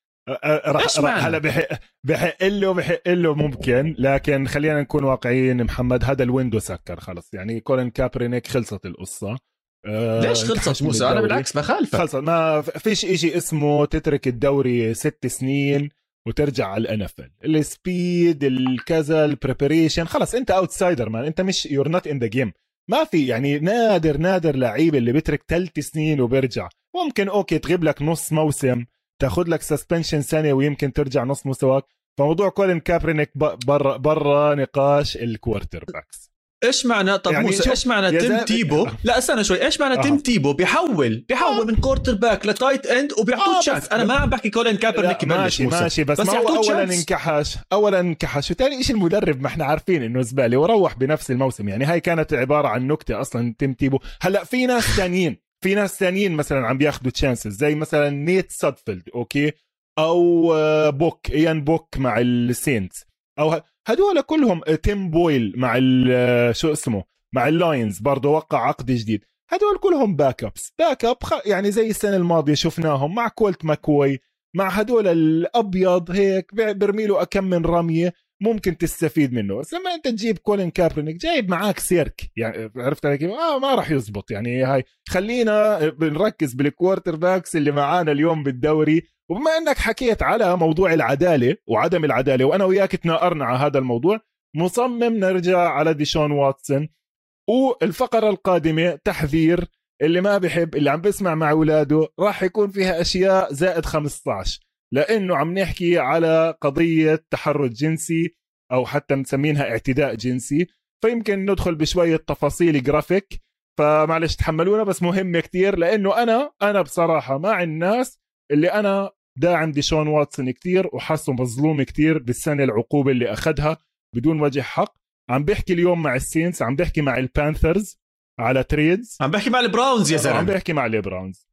هلا بحق بحق له بحق له ممكن، لكن خلينا نكون واقعيين محمد، هذا الويندو سكر خلص. يعني كولين كابرينيك خلصت القصه. ليش خلصت موسى؟ انا بالعكس بخالفك، خلصت. ما فيش إشي اسمه تترك الدوري ست سنين وترجع على الانفل. السبيد الكذا البريبريشن خلص، انت اوتسايدر مان، انت مش يور نوت ان ذا جيم. ما في يعني نادر نادر لعيب اللي بيترك ثلاث سنين وبيرجع. ممكن اوكي تغيب لك نص موسم، تاخذ لك سسبنشن سنه ويمكن ترجع نص مستواك. فموضوع كولين كابرينيك برا برا نقاش الكوارتر باكس. ايش معنى طب يعني موسى ايش معنى تيم تيبو؟ لا استنى شوي، ايش معنى آه. تيم تيبو بيحول بيحول آه. من كورتر باك لتايت اند وبيعطوه تشانس. آه انا ما عم بحكي كولين كابرنيك يبلش ماشي ماشي، بس, بس ما هو اولا انكحش اولا انكحش وثاني شيء المدرب ما احنا عارفين انه زباله وروح بنفس الموسم. يعني هاي كانت عباره عن نكته اصلا تيم تيبو. هلا في ناس ثانيين في ناس ثانيين مثلا عم بياخذوا تشانسز، زي مثلا نيت سادفيلد اوكي، او بوك ايان بوك مع السينتس، او هدول كلهم تيم بويل مع شو اسمه مع اللاينز برضه وقع عقد جديد. هدول كلهم باك ابس باك اب يعني زي السنه الماضيه شفناهم مع كولت ماكوي، مع هدول الابيض هيك برميله اكم من رميه ممكن تستفيد منه. بس لما انت تجيب كولين كابرنيك جايب معاك سيرك، يعني عرفت علي كيف؟ اه ما راح يزبط. يعني هاي خلينا بنركز بالكوارتر باكس اللي معانا اليوم بالدوري. وبما انك حكيت على موضوع العداله وعدم العداله وانا وياك تناقرنا على هذا الموضوع، مصمم نرجع على ديشون واتسون. والفقره القادمه تحذير، اللي ما بيحب اللي عم بسمع مع اولاده راح يكون فيها اشياء زائد خمسة عشر، لانه عم نحكي على قضيه تحرش جنسي او حتى مسمينها اعتداء جنسي، فيمكن ندخل بشويه تفاصيل جرافيك. فمعلش تحملونا، بس مهمه كتير، لانه انا انا بصراحه مع الناس اللي انا داعم ديشون واتسون كتير وحاسه مظلوم كتير بالسنه العقوبه اللي اخذها بدون وجه حق. عم بحكي اليوم مع السينس، عم بحكي مع البانثرز على تريدز، عم بحكي مع البراونز يا زلمه، عم بحكي مع البراونز.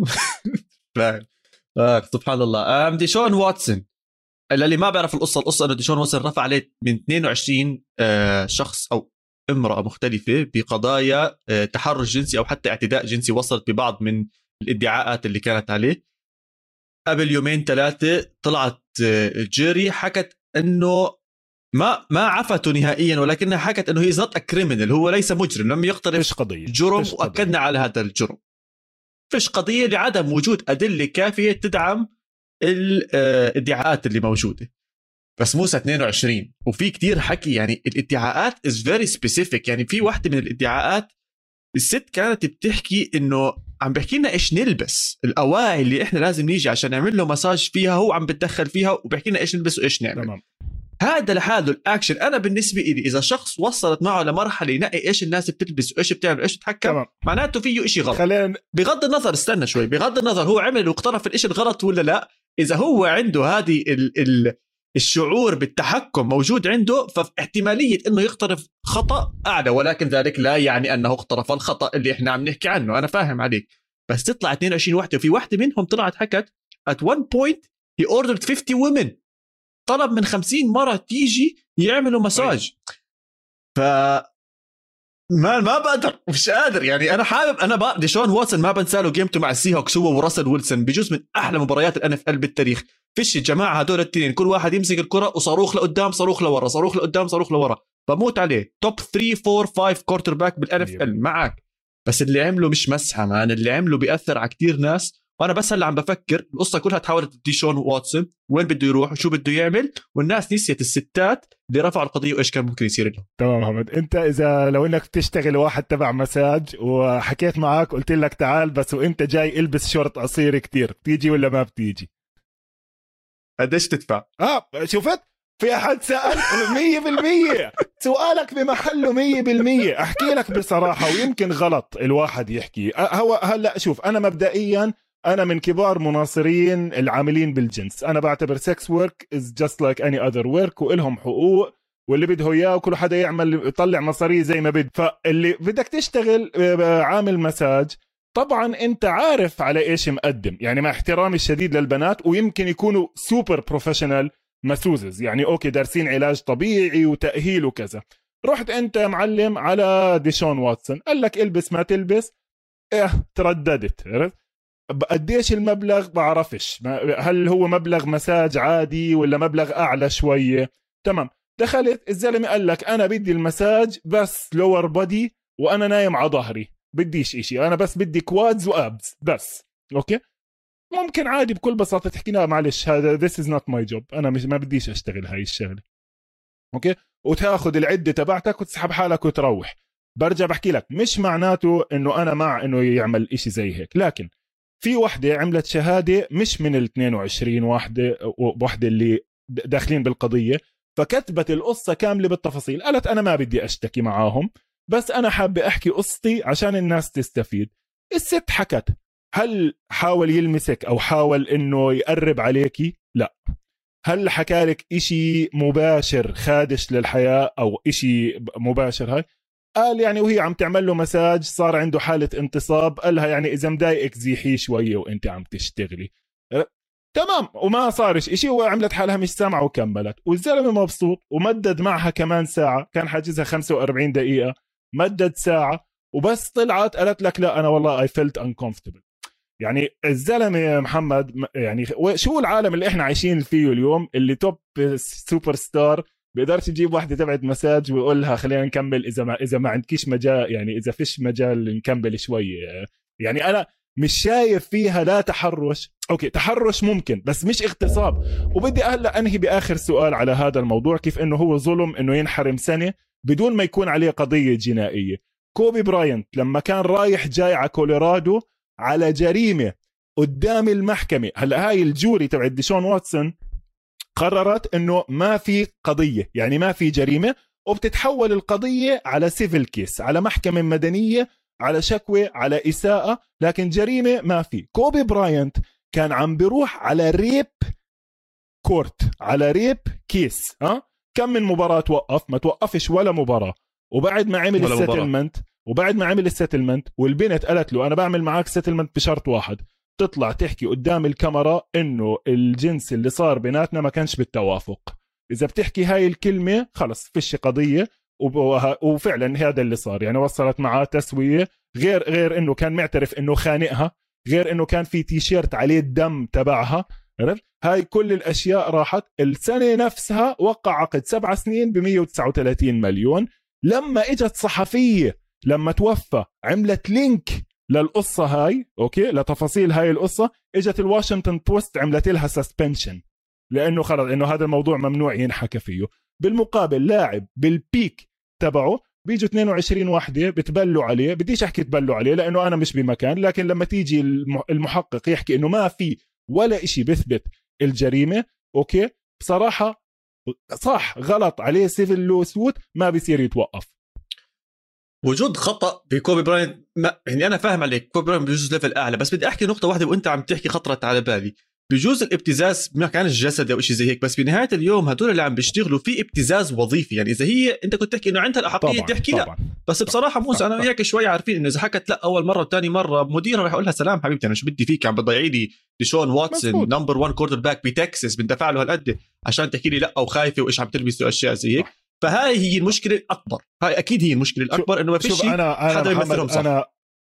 آه سبحان الله. ام ديشون واتسون اللي ما بيعرف القصه، القصه انه ديشون واتسون رفع عليه من اثنين وعشرين آه شخص او امراه مختلفه بقضايا آه تحرش جنسي او حتى اعتداء جنسي، وصلت ببعض من الادعاءات اللي كانت عليه. قبل يومين ثلاثه طلعت آه جيري حكت انه ما ما عفته نهائيا، ولكنها حكت انه هي از نوت ا كريمنال، هو ليس مجرم، لم يقترف قضية. جرم، واكدنا على هذا الجرم. فيش قضيه لعدم وجود ادله كافيه تدعم الادعاءات اللي موجوده. بس موسى اثنين وعشرين وفي كتير حكي، يعني الادعاءات از فيري سبيسيفيك. يعني في واحده من الادعاءات الست كانت بتحكي انه عم بحكي لنا ايش نلبس، الاواعي اللي احنا لازم نيجي عشان نعمل له مساج فيها، هو عم بتدخل فيها وبحكي لنا ايش نلبس وايش نعمل. تمام. هذا لحاله الاكشن. انا بالنسبه لي اذا شخص وصلت معه لمرحله ينقي ايش الناس بتلبس وايش بتعمل وايش تتحكم، تمام. معناته فيه إشي غلط. خلين... بغض النظر استنى شوي، بغض النظر هو عمل واقترف الإشي الغلط ولا لا، اذا هو عنده هذه ال ال الشعور بالتحكم موجود عنده، فاحتماليه انه يقترف خطا اعلى، ولكن ذلك لا يعني انه اقترف الخطا اللي احنا عم نحكي عنه. انا فاهم عليك، بس تطلع اثنين وعشرين وحده، وفي واحده منهم طلعت حكت at one point he ordered fifty women، طلب من خمسين مرة تيجي يعملوا مساج. ف ما ما بقدر، مش قادر. يعني انا حابب، انا بقى ديشون واتسون ما بنساله جيمته مع السي هوكس هو وراسل ويلسون، بجزء من احلى مباريات الان اف ال بالتاريخ. فيش الجماعه هدول الاثنين كل واحد يمسك الكره وصاروخ لقدام صاروخ لورا صاروخ لقدام صاروخ لورا، بموت عليه. توب ثلاثة أربعة خمسة كورتر باك بالان اف ال معك. بس اللي عمله مش مسحه مان، اللي عمله بيأثر على كتير ناس، وانا بس هلا عم بفكر القصه كلها تحولت ديشون واتسون وين بده يروح وشو بده يعمل، والناس نسيت الستات اللي رفعوا القضيه وايش كان ممكن يصير لهم. تمام محمد، انت اذا لو انك تشتغل واحد تبع مساج وحكيت معك قلت لك تعال بس وانت جاي البس شورت قصير كتير، بتيجي ولا ما بتيجي؟ قديش تدفع؟ اه شوفت في أحد سأل مية بالمية سؤالك بمحله مية بالمية. أحكي لك بصراحة ويمكن غلط الواحد يحكي هو هلأ. شوف أنا مبدئيا أنا من كبار مناصرين العاملين بالجنس. أنا بعتبر sex work is just like any other work وإلهم حقوق واللي بده إياه وكل حدا يعمل يطلع مصاري زي ما بده. فاللي بدك تشتغل عامل مساج طبعا انت عارف على ايش مقدم، يعني مع احترامي الشديد للبنات ويمكن يكونوا سوبر بروفيشنال مسوزز، يعني اوكي دارسين علاج طبيعي وتأهيل وكذا. رحت انت معلم على ديشون واتسون قال لك البس ما تلبس، اه ترددت. عرفت قديش المبلغ بعرفش، هل هو مبلغ مساج عادي ولا مبلغ اعلى شوية. تمام دخلت الزلمة قال لك انا بدي المساج بس لور بودي وانا نايم على ظهري، بديش اشي، انا بس بدي كوادز وابز بس. اوكي ممكن عادي بكل بساطة تحكي لا معلش هذا this is not my job، انا مش ما بديش اشتغل هاي الشغلة. اوكي وتاخذ العدة تبعتك وتسحب حالك وتروح. برجع بحكي لك مش معناته انه انا مع انه يعمل اشي زي هيك، لكن في وحدة عملت شهادة مش من ال اثنين وعشرين وحدة وحدة اللي داخلين بالقضية، فكتبت القصة كاملة بالتفاصيل. قالت انا ما بدي اشتكي معاهم بس أنا حابة أحكي قصتي عشان الناس تستفيد. الست حكت هل حاول يلمسك أو حاول إنه يقرب عليكي؟ لا. هل حكالك إشي مباشر خادش للحياة أو إشي مباشر؟ هاي قال يعني وهي عم تعمل له مساج صار عنده حالة انتصاب، قالها يعني إذا مضايقك زيحيه شوية وإنت عم تشتغلي. تمام وما صارش إشي وعملت حالها مش سامعة وكملت. والزلمة مبسوط ومدد معها كمان ساعة، كان حاجزها خمسة وأربعين دقيقة، مدد ساعة وبس طلعت قالت لك لا أنا والله I felt uncomfortable. يعني الزلمة محمد يعني شو العالم اللي إحنا عايشين فيه اليوم اللي توب سوبر ستار بيقدرش يجيب واحدة تبعت مساج ويقول لها خلينا نكمل إذا ما إذا ما عندكيش مجال، يعني إذا فيش مجال نكمل شوية. يعني أنا مش شايف فيها لا تحرش، أوكي تحرش ممكن بس مش اغتصاب. وبدي هلا أنهي بآخر سؤال على هذا الموضوع، كيف إنه هو ظلم إنه ينحرم سنة بدون ما يكون عليه قضية جنائية. كوبي براينت لما كان رايح جاي على كولورادو على جريمة قدام المحكمة، هلا هاي الجوري تبع ديشون واتسون قررت انه ما في قضية، يعني ما في جريمة، وبتتحول القضية على سيفل كيس، على محكمة مدنية، على شكوى، على إساءة، لكن جريمة ما في. كوبي براينت كان عم بيروح على ريب كورت، على ريب كيس. ها كم من مباراة توقف؟ ما توقفش ولا مباراة. وبعد ما عمل السيتلمنت وبعد ما عمل السيتلمنت والبنت قالت له أنا بعمل معاك سيتلمنت بشرط واحد، تطلع تحكي قدام الكاميرا إنه الجنس اللي صار بيناتنا ما كانش بالتوافق. إذا بتحكي هاي الكلمة خلص فيش قضية. وفعلا هذا اللي صار، يعني وصلت معاه تسوية، غير غير إنه كان معترف إنه خانقها، غير إنه كان في تيشيرت عليه الدم تبعها. عرفت هاي كل الأشياء راحت. السنة نفسها وقع عقد سبع سنين بمية وتسعة وثلاثين مليون. لما اجت صحفية لما توفى عملت لينك للقصة هاي، اوكي لتفاصيل هاي القصة، اجت الواشنطن بوست عملت لها سسبنشن لانه خلص انه هذا الموضوع ممنوع ينحكى فيه. بالمقابل لاعب بالبيك تبعه بيجوا اثنين وعشرين واحدة بتبلوا عليه، بديش احكي تبلوا عليه لانه انا مش بمكان، لكن لما تيجي المحقق يحكي انه ما في ولا اشي بثبت الجريمة، اوكي بصراحة صح غلط عليه سيفل لو سوت ما بيصير يتوقف. وجود خطأ بكوبي براين ما يعني أنا فاهم عليك، كوبي براين بيجوز ليفل أعلى، بس بدي أحكي نقطة واحدة وأنت عم تحكي خطرت على بالي. بيجوز الابتزاز ما كانش جسدي أو إشي زي هيك، بس بنهاية اليوم هدول اللي عم بيشتغلوا في ابتزاز وظيفي. يعني إذا هي أنت كنت تحكي إنه عندها الأحقية تحكي لا، بس بصراحة موسى أنا وياك شوي عارفين إنه إذا حكت لا أول مرة وثاني مرة مديرها راح يقول لها سلام حبيبتي أنا شو بدي فيك، عم بتضيعي لي ديشون واتسون نمبر واحد كورتر باك بتكساس بندفع له هالقد عشان تحكي لي لا وخايفة وإيش عم تلبسوا أشياء زي هيك. فهاي هي المشكلة الأكبر، هاي أكيد هي المشكلة الأكبر إنه ما فيش حدا يمثلهم صح. أنا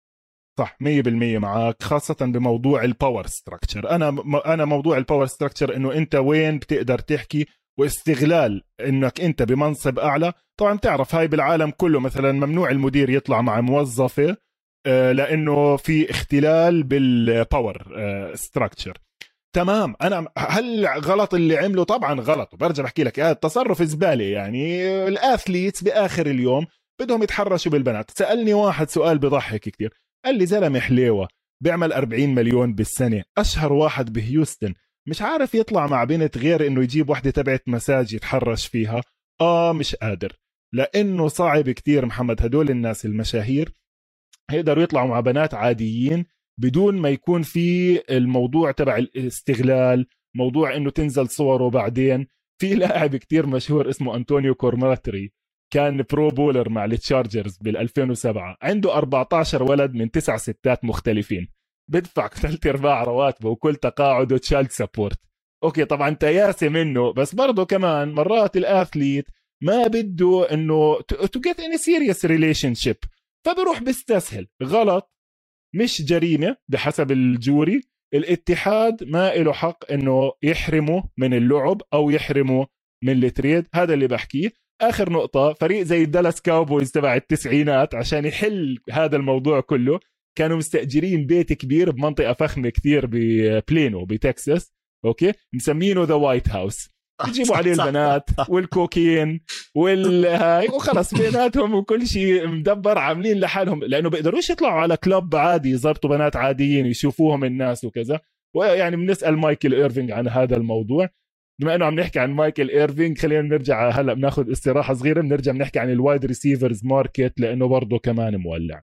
صح مية بالمية معك، خاصة بموضوع الباور ستراكتشر. أنا أنا موضوع الباور ستراكتشر إنه أنت وين بتقدر تحكي، واستغلال إنك أنت بمنصب أعلى. طبعا تعرف هاي بالعالم كله مثلا ممنوع المدير يطلع مع موظفة لانه في اختلال بالباور ستراكشر. تمام. انا هل غلط اللي عمله؟ طبعا غلط، وبرجع بحكي لك هذا التصرف زباله. يعني الاثليتس باخر اليوم بدهم يتحرشوا بالبنات. سالني واحد سؤال بضحك كتير، قال لي زلمه حليوه بيعمل أربعين مليون بالسنه، اشهر واحد بهيوستن، مش عارف يطلع مع بنت غير انه يجيب واحده تبعت مساج يتحرش فيها. اه مش قادر، لانه صعب كتير محمد. هدول الناس المشاهير يقدروا يطلعوا مع بنات عاديين بدون ما يكون في الموضوع تبع الاستغلال، موضوع انه تنزل صوره بعدين. في لاعب كتير مشهور اسمه أنطونيو كورماتري، كان برو بولر مع التشارجرز بالألفين وسبعة، عنده أربعة عشر ولد من تسع ستات مختلفين، بدفع ثلاث ارباع رواتبه وكل تقاعده تشايلد سبورت. اوكي طبعا تياسي منه، بس برضه كمان مرات الاثليت ما بده انه to get in a serious relationship، فبروح بيستسهل. غلط، مش جريمة بحسب الجوري. الاتحاد ما له حق انه يحرمه من اللعب او يحرمه من التريد. هذا اللي بحكيه. اخر نقطة، فريق زي الدالاس كاوبويز تبع التسعينات عشان يحل هذا الموضوع كله كانوا مستأجرين بيت كبير بمنطقة فخمة كتير ببلينو بتكساس، اوكي، مسمينه ذا وايت هاوس. يجيبوا عليه البنات والكوكين والهاي وخلص بيناتهم وكل شيء مدبر، عاملين لحالهم، لانه بيقدروش يطلعوا على كلوب عادي يزرطوا بنات عاديين يشوفوهم الناس وكذا. ويعني بنسأل مايكل إيرفينج عن هذا الموضوع. بما انه عم نحكي عن مايكل إيرفينج، خلينا نرجع هلا بناخذ استراحة صغيرة، بنرجع بنحكي عن الوايد ريسيفرز ماركت لانه برضه كمان مولع.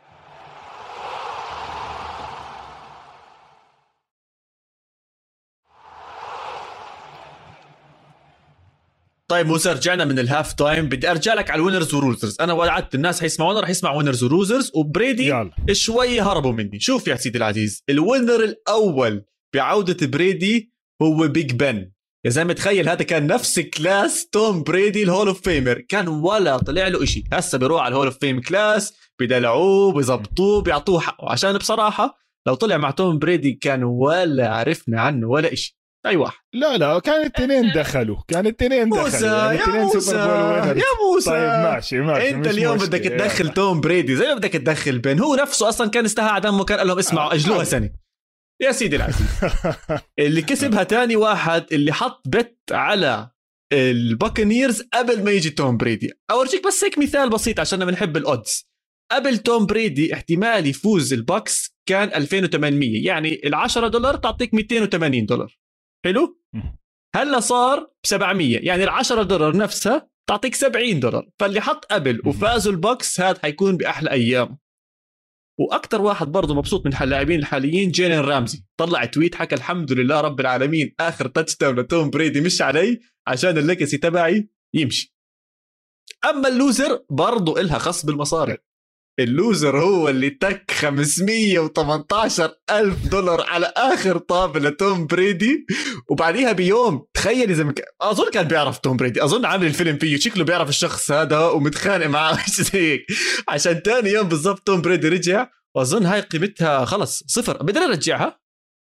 طيب موسى، رجعنا من الهاف تايم، بدي ارجع لك على الوينرز ولوزرز. انا وعدت الناس حيسمعونا رح يسمع وينرز ولوزرز، وبريدي يلا. شوي هربوا مني. شوف يا سيدي العزيز، الوينر الاول بعودة بريدي هو بيج بن. يا زلمه تخيل، هذا كان نفس كلاس توم بريدي الهول اوف فيمر، كان ولا طلع له إشي. هسه بيروح على الهول اوف فيم كلاس، بدلعوه بيزبطوه بيعطوه حقه، عشان بصراحة لو طلع مع توم بريدي كان ولا عرفنا عنه ولا إشي. اي واحد. لا لا كان التنين دخلوا، كان التنين دخلوا موسى يعني يا موسى يا موسى. طيب ماشي ماشي. انت اليوم بدك تدخل يعني. توم بريدي زي ما بدك تدخل بن، هو نفسه اصلا كان استهى دمه، كان قال لهم اسمعوا اجلوها سنه. يا سيدي العزيز اللي كسبها تاني واحد اللي حط بت على الباكنيرز قبل ما يجي توم بريدي. اورجيك بس هيك مثال بسيط عشان بنحب الاودز. قبل توم بريدي احتمال يفوز الباكس كان ألفين وثمانمية، يعني العشرة دولار تعطيك مئتين وثمانين دولار. حلو. هلا صار بسبعمية، يعني العشرة دولار نفسها تعطيك سبعين دولار. فاللي حط قبل وفازوا البوكس هذا حيكون بأحلى أيام. وأكتر واحد برضو مبسوط من اللاعبين الحاليين جيلين رامزي، طلع تويت حكى الحمد لله رب العالمين آخر تاتش داون لتوم بريدي مش علي عشان الليجاسي تبعي يمشي. أما اللوزر برضو إلها خص بالمصاري. اللوزر هو اللي تك خمسمية وثمانية عشر ألف دولار على آخر طابة لتوم بريدي، وبعديها بيوم تخيل إذا مك... أظن كان بيعرف توم بريدي، أظن عامل الفيلم فيه، شكله بيعرف الشخص هذا ومتخانق معاه زي هيك، عشان تاني يوم بالضبط توم بريدي رجع، وأظن هاي قيمتها خلص صفر. بدنا نرجعها.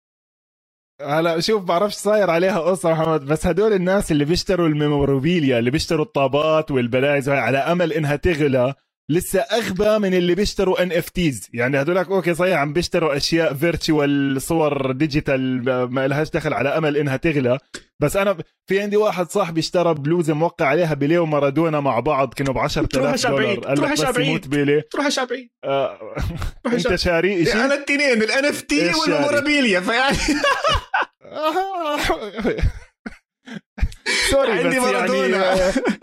هلا شوف بعرفش صاير عليها قصة محمد، بس هدول الناس اللي بيشتروا الميمورابيليا، اللي بيشتروا الطابات والبلايز على أمل إنها تغلى، لسه أغبى من اللي بيشتروا ان اف تيز. يعني هدولك اوكي صحيح عم بيشتروا اشياء فيرتشوال، صور ديجيتال ما لهاش دخل على امل انها تغلى. بس انا في عندي واحد صاحبي اشترى بلوزه موقع عليها بيليه ومارادونا مع بعض، كانوا ب عشرة آلاف دولار. قال لك بس يموت بيليه تروح شعبي. آه انت شاري شيء؟ انا التنين الان اف تي والميمورابيليا، فيعني سوري عندي مارادونا.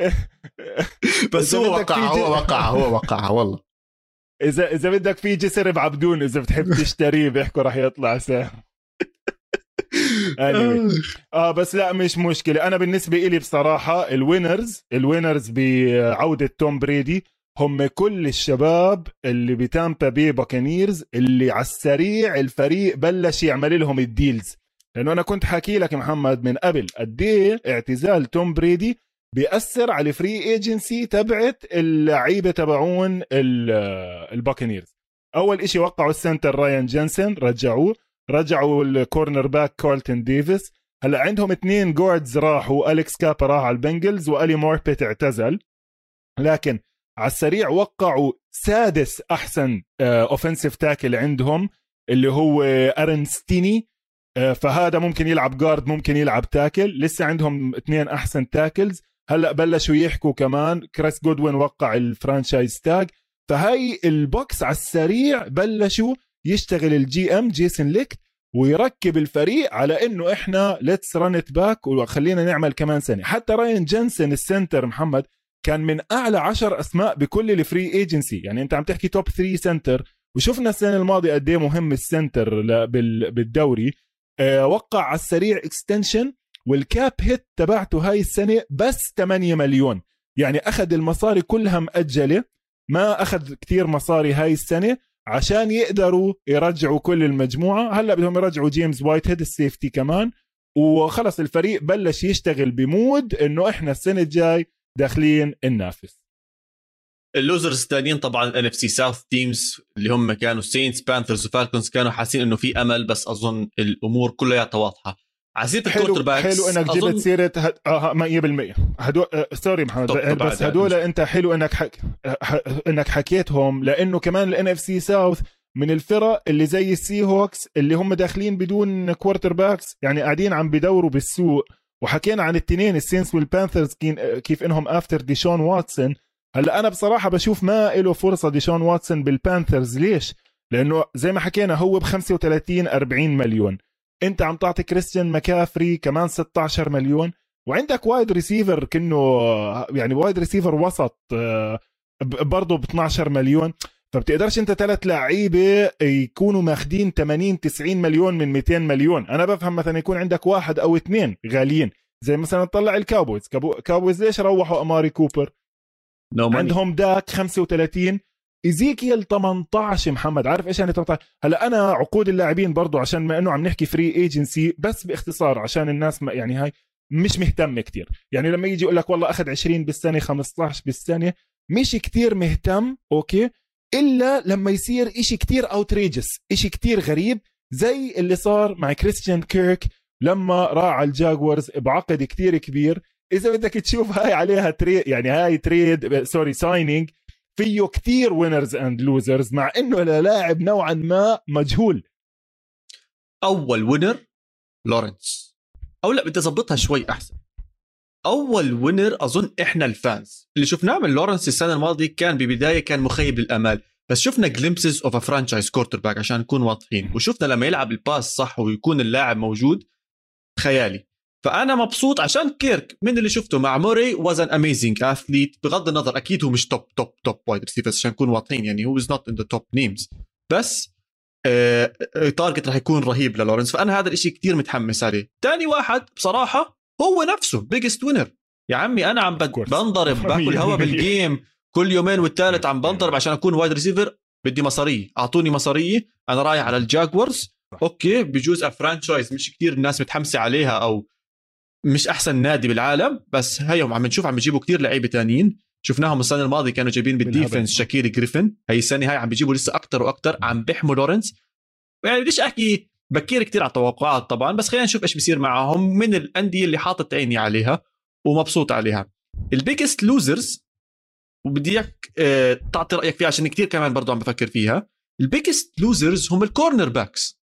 بس هو وقع هو وقع هو وقع والله. اذا اذا بدك في جسر بعبدون، اذا بتحب تشتريه بيحكوا راح يطلع سعر. اه بس لا مش مشكله. انا بالنسبه إلي بصراحه الوينرز الوينرز بعوده توم بريدي هم كل الشباب اللي بتامبا بي باكانيرز، اللي على السريع الفريق بلش يعمل لهم الديلز. لانه انا كنت حكي لك محمد من قبل قد ايه اعتزال توم بريدي بيأثر على الفري ايجنسي تبعت اللعيبه تبعون الباكنيرز. اول اشي وقعوا السنتر رايان جينسون، رجعوه، رجعوا الكورنر باك كارلتون ديفيس. هلا عندهم اثنين جوردز راحوا، أليكس كابا راح على البنجلز والي موربيت اعتزل. لكن على السريع وقعوا سادس احسن اوفنسيف تاكل عندهم اللي هو ارنستيني، فهذا ممكن يلعب جارد ممكن يلعب تاكل. لسه عندهم اثنين احسن تاكلز. هلا بلشوا يحكوا كمان كريس جودوين وقع الفرانشايز تاج. فهاي البوكس على السريع بلشوا يشتغل الجي ام جيسون ليكت ويركب الفريق على انه احنا ليتس ران ات باك وخلينا نعمل كمان سنه. حتى راين جنسن السنتر محمد كان من اعلى عشر اسماء بكل الفري ايجنسي. يعني انت عم تحكي توب ثلاثة سنتر، وشفنا السنه الماضيه قد ايه مهم السنتر بالدوري. أه وقع على السريع اكستنشن والكاب هيت تبعته هاي السنه بس ثمانية مليون. يعني اخذ المصاري كلها مأجله، ما اخذ كتير مصاري هاي السنه عشان يقدروا يرجعوا كل المجموعه. هلا بدهم يرجعوا جيمس وايت هيد السيفتي كمان، وخلص الفريق بلش يشتغل بمود انه احنا السنه الجاي داخلين النافس. اللوزرز الثانيين طبعا الان اف سي ساوث تيمز اللي هم كانوا سينتس بانثرز وفالكونز، كانوا حاسين انه في امل، بس اظن الامور كلها واضحه. عسيره الكوارتر باكس حلو انك جبت سيره هد... اه مية بالمية هدول أه سوري محمد بس هدول انت حلو انك حك... ح... انك حكيتهم، لانه كمان الان اف سي ساوث من الفرق اللي زي السي هوكس اللي هم داخلين بدون كوارتر باكس، يعني قاعدين عم بدوروا بالسوق. وحكينا عن التنين السينس والبانثرز كيف انهم افتر ديشون واتسون. هلا انا بصراحه بشوف ما له فرصه ديشون واتسون بالبانثرز. ليش؟ لانه زي ما حكينا هو ب خمسة وثلاثين أربعين مليون، انت عم تعطي كريستيان مكافري كمان ستة عشر مليون، وعندك وايد ريسيفر كأنه يعني وايد ريسيفر وسط برضه ب اثني عشر مليون. فبتقدرش انت ثلاث لعيبه يكونوا ماخدين ثمانين تسعين مليون من مئتين مليون. انا بفهم مثلا يكون عندك واحد او اثنين غاليين، زي مثلا تطلع الكاوبويز. كاوبويز ليش روحوا اماري كوبر؟ no عندهم داك خمسة وثلاثين، إيزيكيل ثمانية عشر. محمد عارف إيش يعني ثمانية عشر؟ هلأ أنا عقود اللاعبين برضو عشان ما إنه عم نحكي فري ايجنسي بس باختصار عشان الناس ما يعني هاي مش مهتمة كتير. يعني لما يجي يقول لك والله أخذ عشرين بالسنة خمسة عشر بالسنة مش كتير مهتم، أوكي، إلا لما يصير إشي كتير أوتريجس، إشي كتير غريب زي اللي صار مع كريستيان كيرك لما راح على الجاغورز بعقد كتير كبير. إذا بدك تشوف هاي عليها تريد، يعني هاي تريد سوري ساينينج فيه كتير وينرز اند لوزرز، مع انه لاعب نوعا ما مجهول. اول وينر لورنس، او لا بدي اضبطها شوي احسن. اول وينر اظن احنا الفانز اللي شفناه من لورنس السنه الماضيه كان ببدايه كان مخيب للامال، بس شفنا جليمبسز اوف ا فرانشايز كورتر باك عشان نكون واضحين، وشفنا لما يلعب الباس صح ويكون اللاعب موجود خيالي. فانا مبسوط عشان كيرك من اللي شفته مع موري وزن اميزنج اثليت، بغض النظر اكيد هو مش توب توب توب وايد ريسيفرز عشان نكون واضحين، يعني هو از نوت ان ذا توب نيمز، بس آه تارجت راح يكون رهيب للورنس. فانا هذا الاشي كتير متحمس عليه. تاني واحد بصراحه هو نفسه بيجست وينر. يا عمي انا عم بنضرب باكل هوا بالجيم كل يومين والثالث عم بنضرب عشان اكون وايد ريسيفر، بدي مصاريه، اعطوني مصاريه. انا رايح على الجاكورز، اوكي بجوز فرانشايز مش كتير الناس متحمسه عليها او مش احسن نادي بالعالم، بس هيهم عم نشوف عم بيجيبوا كتير لعيبه تانيين. شفناهم السنه الماضيه كانوا جايبين بالديفنس شاكيري جريفن، هاي السنه هاي عم بيجيبوا لسه اكتر واكتر، عم بيحموا لورنس. يعني ليش احكي بكير كتير على التوقعات طبعا، بس خلينا نشوف ايش بيصير معهم من الانديه اللي حاطط عيني عليها ومبسوط عليها. البيجست لوزرز، وبدي اياك اه تعطي رايك فيها عشان كتير كمان برضو عم بفكر فيها. البيجست لوزرز هم الكورنر باكس.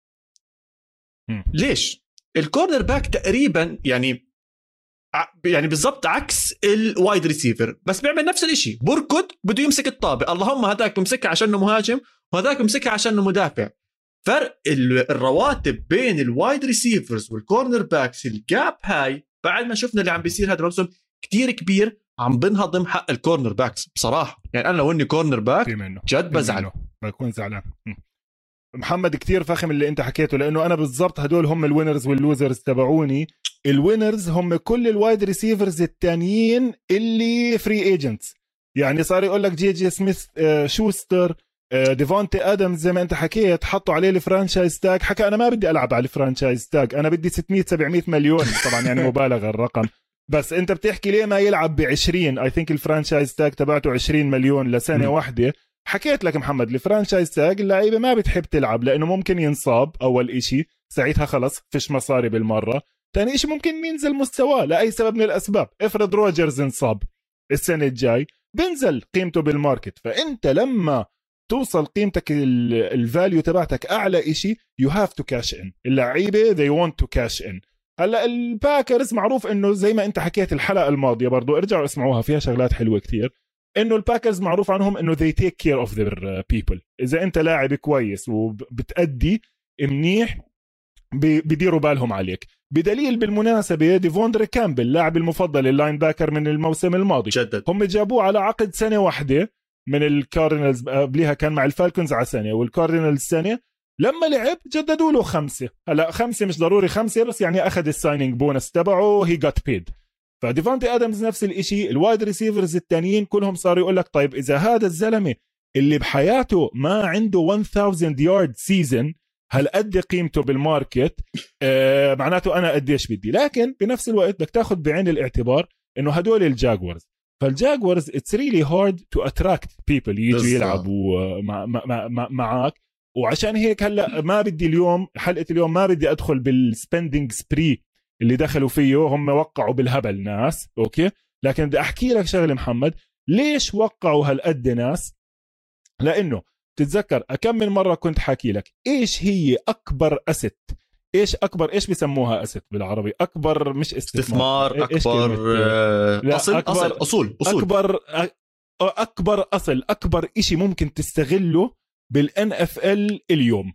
ليش؟ الكورنر باك تقريبا يعني يعني بالضبط عكس الوايد ريسيفر، بس بيعمل نفس الاشي. بركض بده يمسك الطابة، اللهم هذاك بمسكها عشانه مهاجم وهذاك بمسكها عشانه مدافع. فرق الرواتب بين الوايد ريسيفرز والكورنر باكس الجاب هاي بعد ما شفنا اللي عم بيصير هذا الموسم كتير كبير، عم بنهضم حق الكورنر باكس بصراحة. يعني أنا لو إني كورنر باك جد بزعل، بكون زعلان. محمد كتير فخم اللي انت حكيته، لانه انا بالضبط هدول هم الوينرز واللوزرز تبعوني. الوينرز هم كل الوايد ريسيفرز التانيين اللي فري ايجنتس. يعني صار يقول لك جي جي سميث، شوستر، ديفونتي ادمز زي ما انت حكيت، حطوا عليه الفرانشايز تاج. حكى انا ما بدي العب على الفرانشايز تاج، انا بدي ستمية سبعمية مليون. طبعا يعني مبالغه الرقم، بس انت بتحكي ليه ما يلعب بعشرين؟ اي ثينك الفرانشايز تاج تبعته عشرين مليون لسنه م. واحده. حكيت لك محمد الفرانشايز تاج اللعيبه ما بتحب تلعب لانه ممكن ينصاب اول إشي، ساعتها خلص فيش مصاري بالمره. تاني إشي ممكن ينزل مستواه لاي سبب من الاسباب. افرض روجرز انصاب السنه الجاي، بنزل قيمته بالماركت. فانت لما توصل قيمتك الفاليو تبعتك اعلى إشي you have to cash in. اللعيبه they want to cash in. هلا الباكرز معروف انه زي ما انت حكيت الحلقه الماضيه برضو ارجعوا اسمعوها فيها شغلات حلوه كتير، انه الباكرز معروف عنهم انه they take care of their people. اذا انت لاعب كويس وبتأدي منيح بيديروا بالهم عليك. بدليل بالمناسبه ديفوندري كامبل اللاعب المفضل اللاين باكر من الموسم الماضي جدد. هم جابوه على عقد سنه واحده من الكاردينالز، قبلها كان مع الفالكونز على سنه والكاردينالز سنه، لما لعب جددوا له خمسه. هلا خمسه مش ضروري خمسه بس يعني اخذ السايننج بونس تبعه هي جات بيد. فديفونتي ادمز نفس الاشي. الوايد ريسيفرز التانيين كلهم صاروا يقول لك طيب اذا هذا الزلمه اللي بحياته ما عنده ألف يارد سيزن هل قد قيمته بالماركت آه معناته انا قديش بدي. لكن بنفس الوقت بدك تاخذ بعين الاعتبار انه هدول الجاكورز، فالجاكورز it's really hard to attract people يجوا يلعبوا مع مع مع معك. وعشان هيك هلا ما بدي اليوم حلقه اليوم ما بدي ادخل بالسبندنج سبري اللي دخلوا فيه، هم وقعوا بالهبل ناس اوكي، لكن بدي احكي لك شغله محمد، ليش وقعوا هالقد ناس؟ لانه تتذكر كم من مره كنت حاكي لك ايش هي اكبر اسيت، ايش اكبر ايش بيسموها اسيت بالعربي، اكبر مش استثمار، اكبر آه اصل أكبر اصل اصول اصول اكبر اكبر اصل اكبر إشي ممكن تستغله بالان اف ال اليوم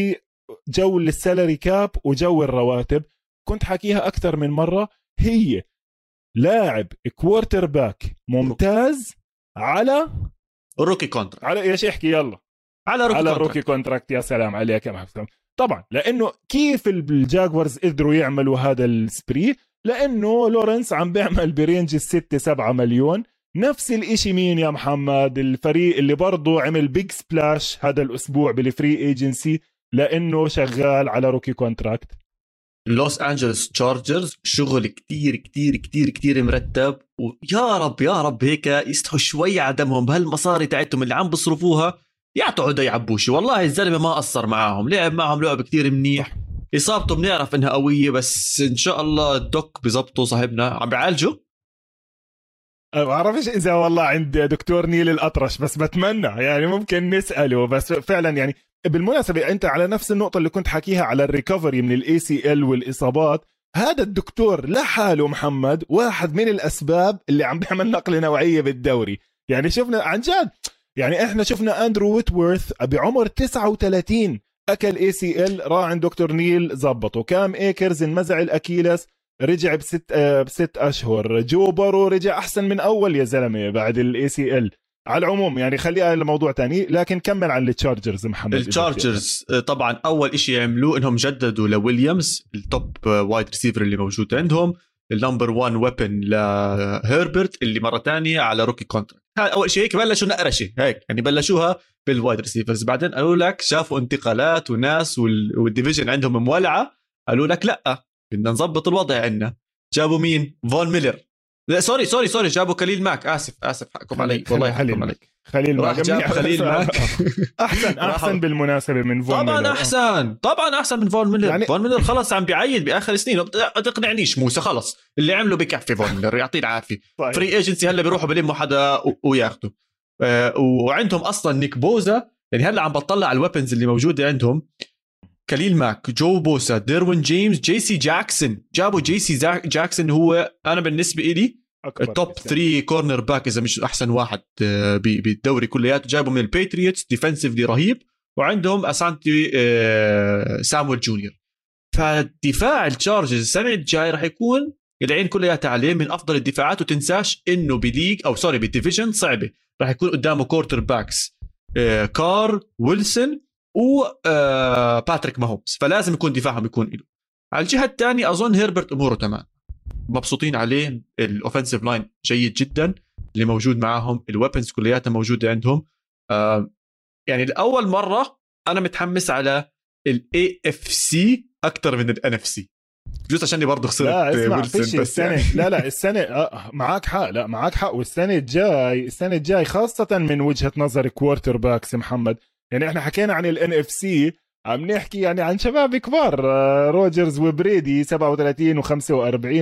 بجو السالري كاب وجو الرواتب. كنت حكيها اكثر من مره، هي لاعب كوارتر باك ممتاز على الروكي كونتراكت. على ايش احكي يلا على روكي على كونتراكت. الروكي كونتراكت. يا سلام عليك يا محمد. طبعا لانه كيف الجاكورز قدروا يعملوا هذا السبري؟ لانه لورنس عم بيعمل برينج الستة سبعة مليون. نفس الاشي مين يا محمد؟ الفريق اللي برضو عمل بيج سبلاش هذا الاسبوع بالفري ايجنسي لانه شغال على روكي كونتراكت. لوس أنجلوس تشارجرز شغل كتير كتير كتير كتير مرتب، ويا رب يا رب هيك يستحوا شوي عدمهم بهالمصاري تاعتهم اللي عم بصرفوها، يعطوا عدا يعبوشي. والله الزلمة ما قصر معاهم، لعب معهم لعب كتير منيح. إصابته بنعرف إنها قوية بس إن شاء الله الدوك بزبطه صاحبنا عم بيعالجه. ما بعرفش إذا والله عند دكتور نيل الأطرش، بس بتمنى يعني ممكن نسأله. بس فعلا يعني بالمناسبة أنت على نفس النقطة اللي كنت حكيها على الريكفري من الاي سي ال والإصابات، هذا الدكتور لحاله محمد واحد من الأسباب اللي عم بيعمل نقلة نوعية بالدوري. يعني شفنا عن جد، يعني احنا شفنا أندرو ويتورث بعمر تسعة وثلاثين أكل اي سي ال، راح عند دكتور نيل زبطه. كام ايكرز انمزع الأكيلس رجع بست آه بست أشهر. جو بارو رجع أحسن من أول يا زلمة بعد الاي سي ال. على العموم يعني خليها لموضوع تاني، لكن كمل عن التشارجرز محمد. التشارجرز طبعا أول إشي يعملوه إنهم جددوا لويليامز التوب وايد ريسيفر اللي موجود عندهم، النمبر وان ويبن لهيربرت اللي مرة تانية على روكي كونتراكت. هاي أول شيء هيك بلشوا نقرشة هيك يعني بلشوها بالوايد ريسيفرز. بعدين قالوا لك شافوا انتقالات وناس والديفيجن عندهم مولعة، قالوا لك لأ بدنا نظبط الوضع عندنا. جابوا مين؟ فون ميلر، لا سوري سوري سوري جابوا خليل ماك. آسف آسف حقكم علي والله حقكم علي. خليل ماك جاب خليل ماك أحسن أحسن بالمناسبة من فون طبعا ميلر. أحسن طبعا أحسن من فون ميلر. يعني فون ميلر خلص عم بيعيد بآخر سنين، تقنعنيش موسى خلص اللي عمله بكفي. فون ميلر يعطيه العافية. طيب. فري ايجنسي هلا بيروحوا بلموا حدا وياخدوا آه وعندهم أصلا نيك بوزا. يعني هلا عم بطلع على الويبنز اللي موجودة عندهم، خليل ماك، جو بوسا، ديروين جيمس، جي سي جاكسون. جابوا جي سي جاكسون هو أنا بالنسبة إلي التوب ثري كورنر باك إذا مش أحسن واحد بالدوري كلياته. جابوا من الباتريوتس ديفنسيفلي رهيب، وعندهم أسانتي سامويل جونيور. فالدفاع التشارجرز السنة الجاي رح يكون العين كلياتها عليه من أفضل الدفاعات. وتنساش إنه بليج أو سوري بالديفيجن صعبة رح يكون قدامه كورتر باكس كار ويلسون وباتريك ماهومز، فلازم يكون دفاعهم يكون له. على الجهة الثانية أظن هيربرت أموره تمام، مبسوطين عليه. الأوفنسيف لاين جيد جدا اللي موجود معهم، الويبنز كلياتها موجودة عندهم. آه يعني الأول مرة أنا متحمس على ال إيه إف سي أكتر من ال إن إف سي، جوز عشان برضه خسرت. لا اسمع فيش السنة يعني. لا لا السنة آه معاك حق، لا معاك حق. والسنة الجاي السنة الجاي خاصة من وجهة نظر كوارتر باكس محمد، يعني احنا حكينا عن ال إن إف سي، عم نحكي يعني عن شباب كبار، روجرز وبريدي سبعة وثلاثين وخمسة وأربعين،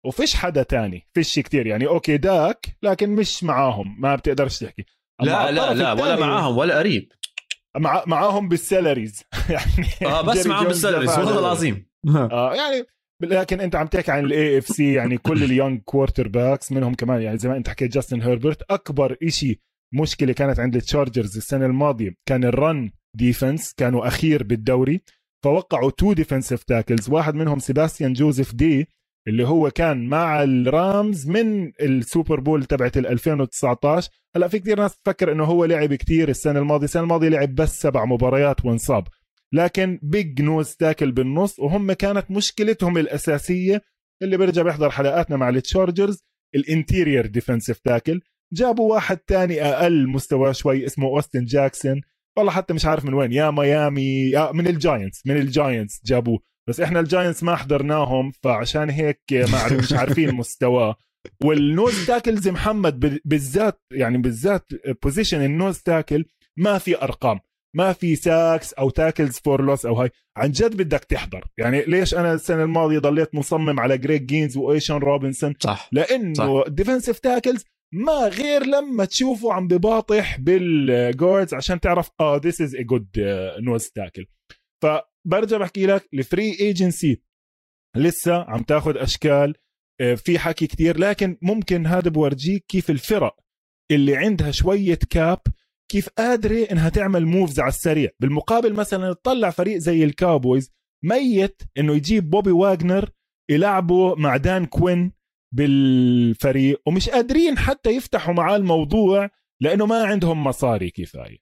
وفيش حدا تاني فيش كتير يعني اوكي داك لكن مش معاهم ما بتقدرش تحكي لا لا لا ولا معاهم ولا قريب مع معاهم بالسالاريز يعني اه بس معاهم بالسالاريز والله العظيم اه يعني لكن انت عم تحكي عن الاي اف سي يعني كل اليونج كوارتر باكس منهم كمان يعني زي ما انت حكيت جاستن هيربرت. اكبر إشي مشكله كانت عند التشارجرز السنه الماضيه كان الرن ديفنس كانوا اخير بالدوري فوقعوا تو ديفنسيف تاكلز واحد منهم سيباستيان جوزيف دي اللي هو كان مع الرامز من السوبر بول تبعت ألفين وتسعطعش. هلا في كتير ناس تفكر انه هو لعب كتير السنه الماضيه السنه الماضيه لعب بس سبع مباريات وانصاب لكن بيج نوز تاكل بالنص وهم كانت مشكلتهم الاساسيه اللي برجع بيحضر حلقاتنا مع التشارجرز الانتيرير ديفنسيف تاكل. جابوا واحد تاني اقل مستوى شوي اسمه اوستن جاكسون والله حتى مش عارف من وين يا ميامي من الجاينتس من الجاينتس جابوه بس احنا الجاينتس ما حضرناهم فعشان هيك ما مش عارفين مستواه. والنوز تاكلز محمد بالذات يعني بالذات بوزيشن النوز تاكل ما في ارقام ما في ساكس او تاكلز فور لوس او هاي عن جد بدك تحضر يعني ليش انا السنه الماضيه ضليت مصمم على جريج جينز وايشان روبنسون صح لانه ديفنسيف تاكلز ما غير لما تشوفه عم بباطح بالجاردز عشان تعرف اه this is a good نوز تاكل. فبرجع بحكي لك الفري ايجنسي لسه عم تاخد اشكال في حكي كتير لكن ممكن هذا بورجيك كيف الفرق اللي عندها شويه كاب كيف قادرة إنها تعمل موفز على السريع. بالمقابل مثلا تطلع فريق زي الكاوبويز ميت إنه يجيب بوبي واغنر يلعبوا مع دان كوين بالفريق ومش قادرين حتى يفتحوا معاه الموضوع لأنه ما عندهم مصاري كفاية.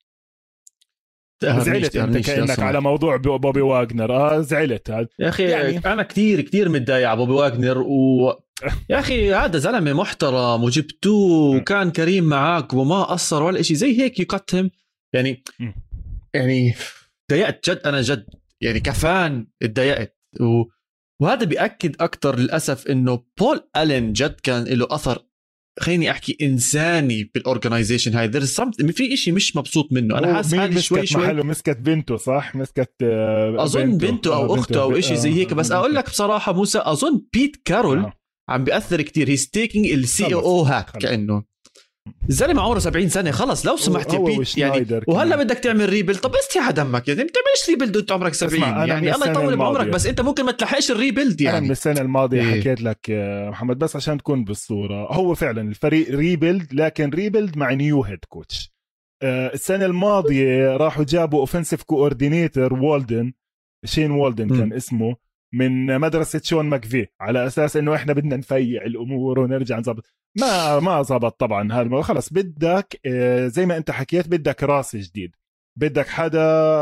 زعلت انت كأنك على موضوع بوبي واغنر. اه زعلت هذا يا اخي يعني... انا كتير كتير متضايق على بوبي واغنر و يا اخي هذا زلمه محترم وجبتوه وكان كريم معاك وما قصر ولا شيء زي هيك يقتهم يعني يعني ضايقت جد انا جد يعني كفان اتضايقت و... وهذا بيأكد اكتر للاسف انه بول ألين جد كان له اثر خليني احكي انساني بالاورجنايزيشن هاي ذير سمث في إشي مش مبسوط منه. انا حاسس حالي شوي شوي محله مسكت بنته صح مسكت اظن بنته, بنته او اخته او إشي زي هيك بس اقول لك بصراحه موسى اظن بيت كارول آه. عم بيأثر كتير هيز تيكينج السي او هاك كأنه الزلمه عمره سبعين سنه خلص لو سمحت يا بيت يعني وهلا بدك تعمل ريبيلد طب استحي دمك يعني ما تعملش ريبيلد وانت عمرك سبعين يعني الله يطول بعمرك بس انت ممكن ما تلحقش الريبيلد يعني. انا من السنه الماضيه إيه. حكيت لك محمد بس عشان تكون بالصوره هو فعلا الفريق ريبيلد لكن ريبيلد مع نيو هيد كوتش. السنه الماضيه راحوا جابوا اوفنسيف كوردينيتور والدن شين والدن م. كان اسمه من مدرسة شون ماكفي على أساس إنه إحنا بدنا نفيع الأمور ونرجع نظبط ما ما زبط طبعا هذا خلص بدك زي ما أنت حكيت بدك راس جديد بدك حدا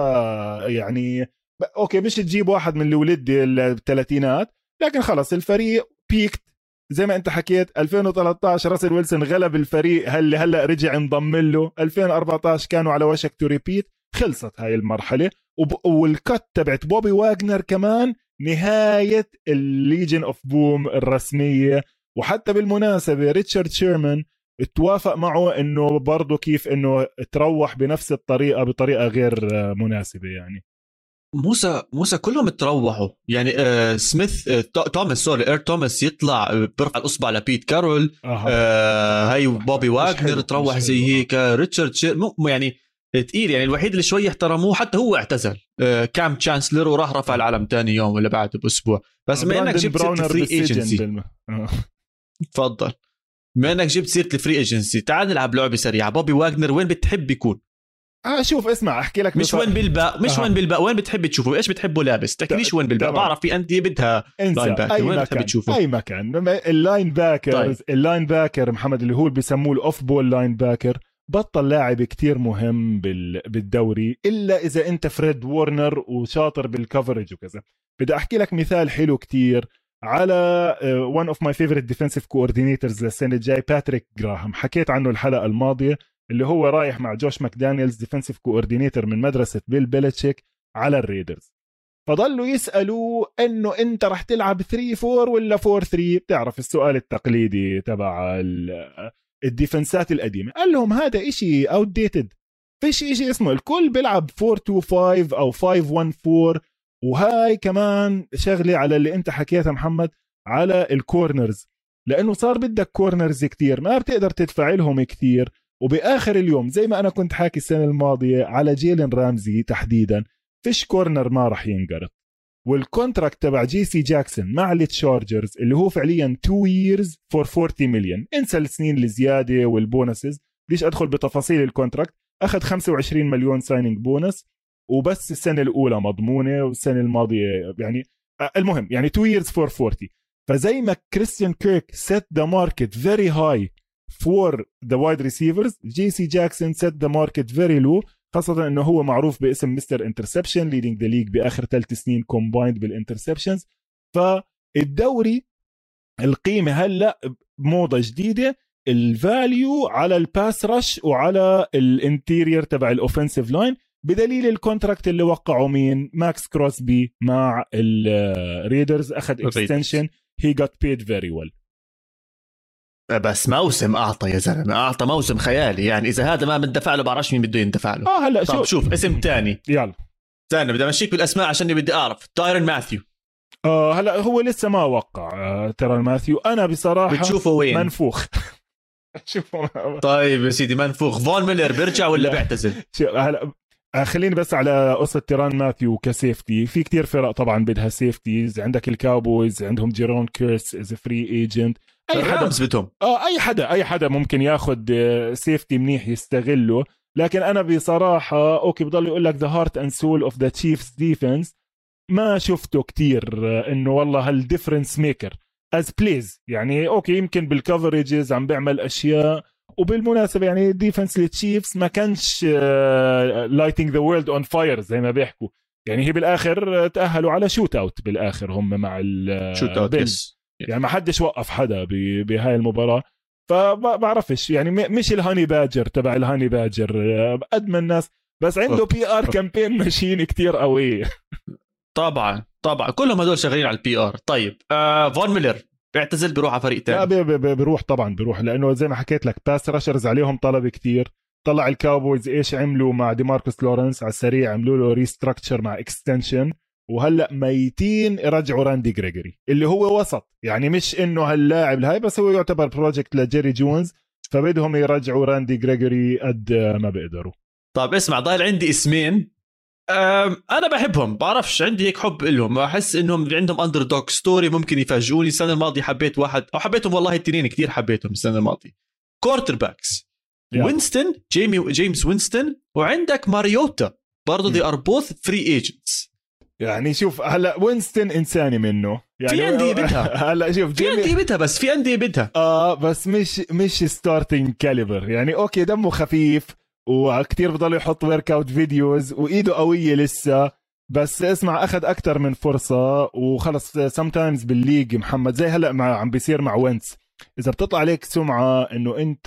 يعني أوكي مش تجيب واحد من اللي ولد الثلاثينات لكن خلص الفريق بيكت زي ما أنت حكيت ألفين وثلاثة عشر راسل ويلسون غلب الفريق هل هلأ رجع انضم له ألفين وأربعة عشر كانوا على وشك تو ريبيت خلصت هاي المرحلة والكت تبعت بوبي واغنر كمان نهاية الليجن اوف بوم الرسمية. وحتى بالمناسبة ريتشارد شيرمان اتوافق معه انه برضو كيف انه تروح بنفس الطريقة بطريقة غير مناسبة يعني موسى موسى كلهم تروحوا يعني آه سميث آه توماس سوري اير توماس يطلع برفع الاصبع لبيت كارول آه. آه هاي بوبي واغنر تروح زي هيك ريتشارد شيرمان يعني تقيل يعني الوحيد اللي شوي احترموه حتى هو اعتزل آه كام تشانسلر وراح رفع العلم تاني يوم ولا بعده بأسبوع. بس ما انك جبت سيرة الفري ايجنسي تفضل ما انك جبت سيرة الفري ايجنسي تعال نلعب لعبة سريعة. بوبي واغنر وين بتحب يكون؟ اه شوف اسمع احكي لك مش وين بالباء مش آه. وين بالباء وين بتحب تشوفه ايش بتحبه لابس تحكيليش وين بالباء بعرف في أندية بدها لاين باكر وين بتحب تشوفه اي مكان اللاين باكر طيب. اللاين باكر محمد اللي هو اللي بيسموه الاوف بول لاين باكر بطل لاعب كتير مهم بالدوري إلا إذا أنت فريد وورنر وشاطر بالكفرج وكذا. بدي أحكي لك مثال حلو كتير على one of my favorite defensive coordinators للسنة الجاي باتريك جراهام حكيت عنه الحلقة الماضية اللي هو رايح مع جوش ماكدانيلز defensive coordinator من مدرسة بيل بيلتشيك على الريدرز. فضلوا يسألوا إنه أنت رح تلعب ثري فور ولا فور ثري بتعرف السؤال التقليدي تبع الديفنسات القديمة. قال لهم هذا إشي outdated فيش إشي اسمه الكل بيلعب فور تو فايف أو فايف ون فور. وهاي كمان شغلة على اللي أنت حكيتها محمد على الكورنرز لانه صار بدك كورنرز كتير ما بتقدر تدفع لهم كتير. وباخر اليوم زي ما انا كنت حاكي السنه الماضيه على جيلن رامزي تحديدا فيش كورنر ما راح ينقرض. والكونتراكت تبع جي سي جاكسون مع التشارجرز اللي هو فعليا تو ييرز فور أربعين مليون، انسى السنين الزياده والبونسز، ليش ادخل بتفاصيل الكونتراكت. اخذ خمسة وعشرين مليون سايننج بونس وبس السنه الاولى مضمونه والسنه الماضيه يعني المهم يعني تو ييرز فور أربعين. فزي ما كريستيان كيرك set the market very high for the wide receivers, جي سي جاكسون set the market very low، خاصة انه هو معروف باسم مستر انترسبشن leading the league باخر ثلاث سنين combined بالانترسبشنز. فالدوري القيمة هلا موضة جديدة، الفاليو على الباس رش وعلى الانتيرير تبع الاوفنسيف لاين، بدليل الكونتراكت اللي وقعوا مين ماكس كروسبي مع الريدرز اخذ اكستنشن he got paid very well. بس موسم اعطى يا زلمه، اعطى موسم خيالي يعني. اذا هذا ما بندفع له بعرفش مين بده يندفع له. اه هلا شوف شوف اسم تاني يلا استنى بدي امشيك بالاسماء عشان بدي اعرف. تايرن ماثيو اه هلا هو لسه ما وقع آه ترى ماثيو. انا بصراحه بتشوفه وين منفوخ شوفوا طيب يا سيدي منفوخ. فون ميلر بيرجع ولا بيعتزل؟ هلا خليني بس على قصة تيران ماثيو كسيفتي. في كتير فرق طبعا بدها سيفتيز، عندك الكاوبويز عندهم جيرون كيرس از فري ايجنت، اي حدا بدهم اه اي حدا اي حدا ممكن ياخد سيفتي منيح يستغله. لكن انا بصراحة اوكي بضل يقول لك ذا هارت اند سول اوف ذا تشيفز ديفنس، ما شفته كتير انه والله هالديفرنس ميكر از بليز يعني. اوكي يمكن بالكفريجز عم بيعمل اشياء، وبالمناسبة يعني ديفنس للتشيفز ما كانش لايتنج ذا وورلد اون فاير زي ما بيحكوا يعني. هي بالاخر تأهلوا على شوت اوت بالاخر هم مع الشوت اوت يعني ما حدش وقف حدا بهاي المباراة. فبعرفش يعني مش الهاني باجر تبع الهاني باجر قد ما الناس، بس عنده بي ار كامبين ماشيين كتير قوية. طبعا طبعا كلهم هدول شغالين على البي ار. طيب آه فون ميلر بيعتزل بيروح على فريق تاني؟ لا بي بي بيروح طبعا بيروح، لانه زي ما حكيت لك باس راشرز عليهم طلب كتير. طلع الكاوبويز ايش عملوا مع ديماركوس لورنس على السريع، عملوا له ريستراكتشر مع اكستنشن، وهلا ميتين يرجعوا راندي غريغوري اللي هو وسط يعني، مش انه هاللاعب الهاي بس هو يعتبر بروجكت لجيري جونز، فبدهم يرجعوا راندي غريغوري قد ما بيقدروا. طب اسمع ضايل عندي اسمين انا بحبهم، بعرفش عندي هيك حب لهم، بحس انهم عندهم اندر دوغ ستوري ممكن يفاجئوني. السنه الماضيه حبيت واحد او حبيتهم والله التنين كتير حبيتهم السنه الماضيه. كورتر باكس وينستون جيمي جيمس وينستون وعندك ماريوتا برضه دي ار بوث فري ايجنتس. يعني شوف هلا وينستون انساني منه يعني، في عندي بدها هلا شوف في عندي بدها بس في عندي بدها اه بس مش مش ستارتنج كاليبر يعني. اوكي دمه خفيف وكتير بضل يحط ورك اوت فيديوز وايده قويه لسه، بس اسمع اخذ اكتر من فرصه وخلص. سمتايمز بالليج محمد زي هلا مع عم بيصير مع وينتس، اذا بتطلع عليك سمعه انه انت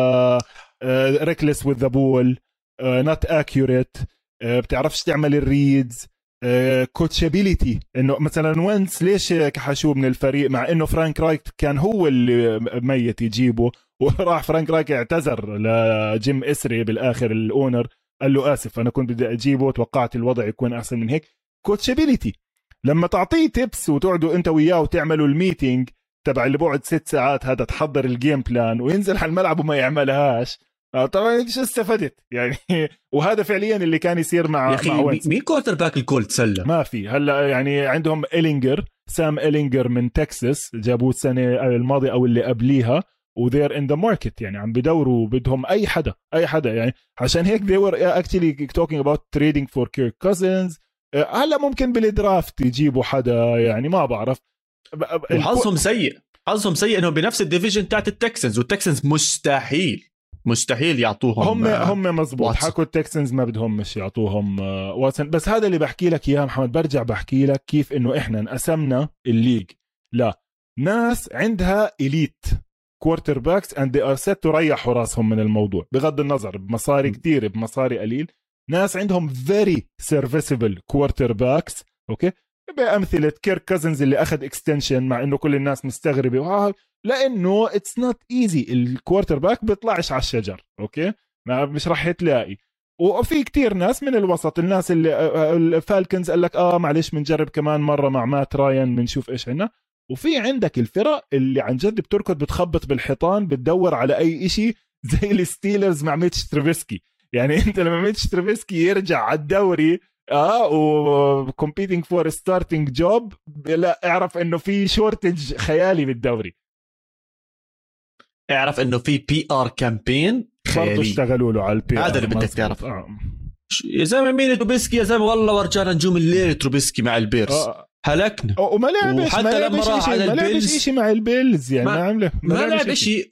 ريكلس وذ ذا بول، نوت اكيوريت، بتعرفش تعمل الريدز، كوتشابيليتي، انه مثلا وينتس ليش كحشوه من الفريق مع انه فرانك رايك كان هو اللي ميت يجيبه، وراح فرانك رايك اعتذر لجيم إسري بالاخر الاونر قال له اسف انا كنت بدي اجيبه توقعت الوضع يكون احسن من هيك. كوتشابيليتي لما تعطيه تيبس وتقعدوا انت وياه وتعملوا الميتينج تبع اللي بعد ست ساعات هذا تحضر الجيم بلان وينزل على الملعب وما يعملهاش، طبعا ايش استفدت يعني. وهذا فعليا اللي كان يصير مع يا اخي مين كوارتر باك الكل تسلى ما في هلا يعني. عندهم إلينجر سام إلينجر من تكساس جابوه السنه الماضيه او اللي قبليها وذير ان ذا ماركت يعني عم بدوروا بدهم اي حدا اي حدا يعني. عشان هيك they were actually talking about trading for Kirk Cousins. هلا ممكن بالدرافت يجيبوا حدا يعني ما بعرف. وحظهم سيء حظهم سيء انهم بنفس الديفيجن تاعت التكسنز، والتكسنز مستحيل مستحيل يعطوهم. هم هم مزبوط حكوا التكسنز ما بدهم مش يعطوهم واتسون. بس هذا اللي بحكي لك اياه محمد، برجع بحكي لك كيف انه احنا انقسمنا الليج لا ناس عندها إليت كوارتر باكس اند ار سيت تريحوا راسهم من الموضوع بغض النظر بمصاري كتير بمصاري قليل. ناس عندهم فيري سيرفيسبل كوارتر باكس اوكي بأمثلة كيرك كازنز اللي أخذ اكستنشن مع إنه كل الناس مستغربة لأنه it's not easy. الكوارتر باك بيطلعش على الشجر أوكي ما مش راح تلاقي. وفي كتير ناس من الوسط الناس اللي الفالكنز قال لك آه معلش بنجرب كمان مرة مع مات راين بنشوف إيش عنا. وفي عندك الفرق اللي عن جد بتركض بتخبط بالحيطان بتدور على اي إشي زي الستيلرز مع ميتش ترافيسكي. يعني انت لما ميتش ترافيسكي يرجع على الدوري اه و competing for a starting job لا اعرف انه في شورتج خيالي بالدوري. اعرف انه في بي ار كامبين برضو اشتغلوا له على البي ار. هذا اللي بدك تعرف. آه. يا زلمه مين تروبيسكي يا زلمه والله ورجعنا نجوم الليل تروبيسكي مع البيرس آه. هلكنا وما لعبش وحتى لما راح على البيلز شيء مع البيلز يعني ما عمله ما, ما لعب شيء.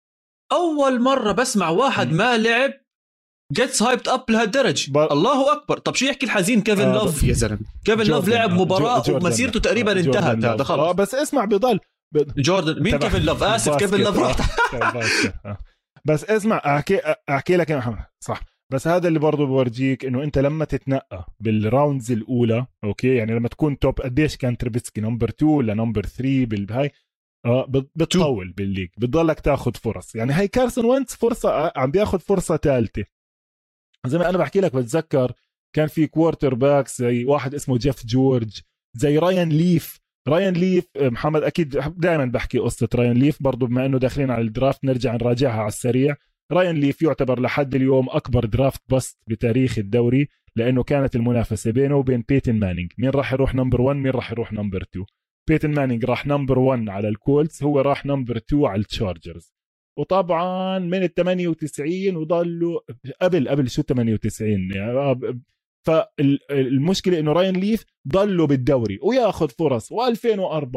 اول مره بسمع واحد م. ما لعب جيتس هايبت اب لهالدرجه بر... الله اكبر. طب شو يحكي الحزين كيفن آه لوف يا زلمه كيفن لوف لعب مباراه ومسيرته تقريبا آه انتهت هذا خلص آه بس اسمع بضل ب... جوردن مين كيفن لوف اسف كيفن لوف آه. بس اسمع احكي احكي لك يا محمد صح. بس هذا اللي برضو بورجيك انه انت لما تتنقى بالراوندز الاولى اوكي يعني لما تكون توب قديش كان تربيسكي نمبر اتنين ولا نمبر ثلاثة بالهاي اه بتطول بالليج بتضلك تاخذ فرص. يعني هاي كارسون وينتس فرصه عم بياخذ فرصه ثالثه. زي ما انا بحكي لك بتذكر كان في كوارتر باكس زي واحد اسمه جيف جورج زي رايان ليف. رايان ليف محمد اكيد دائما بحكي قصه رايان ليف برضو بما انه داخلين على الدرافت نرجع نراجعها على السريع. رايان ليف يعتبر لحد اليوم اكبر درافت بست بتاريخ الدوري لانه كانت المنافسه بينه وبين بيتن مانينج مين راح يروح نمبر واحد مين راح يروح نمبر اثنين. بيتن مانينج راح نمبر واحد على الكولتس هو راح نمبر اثنين على التشارجرز. وطبعا من ال ثمانية وتسعين وضلوا قبل قبل شو ثمانية وتسعين يعني. فالمشكله انه رايان ليف ضلوا بالدوري وياخذ فرص و2004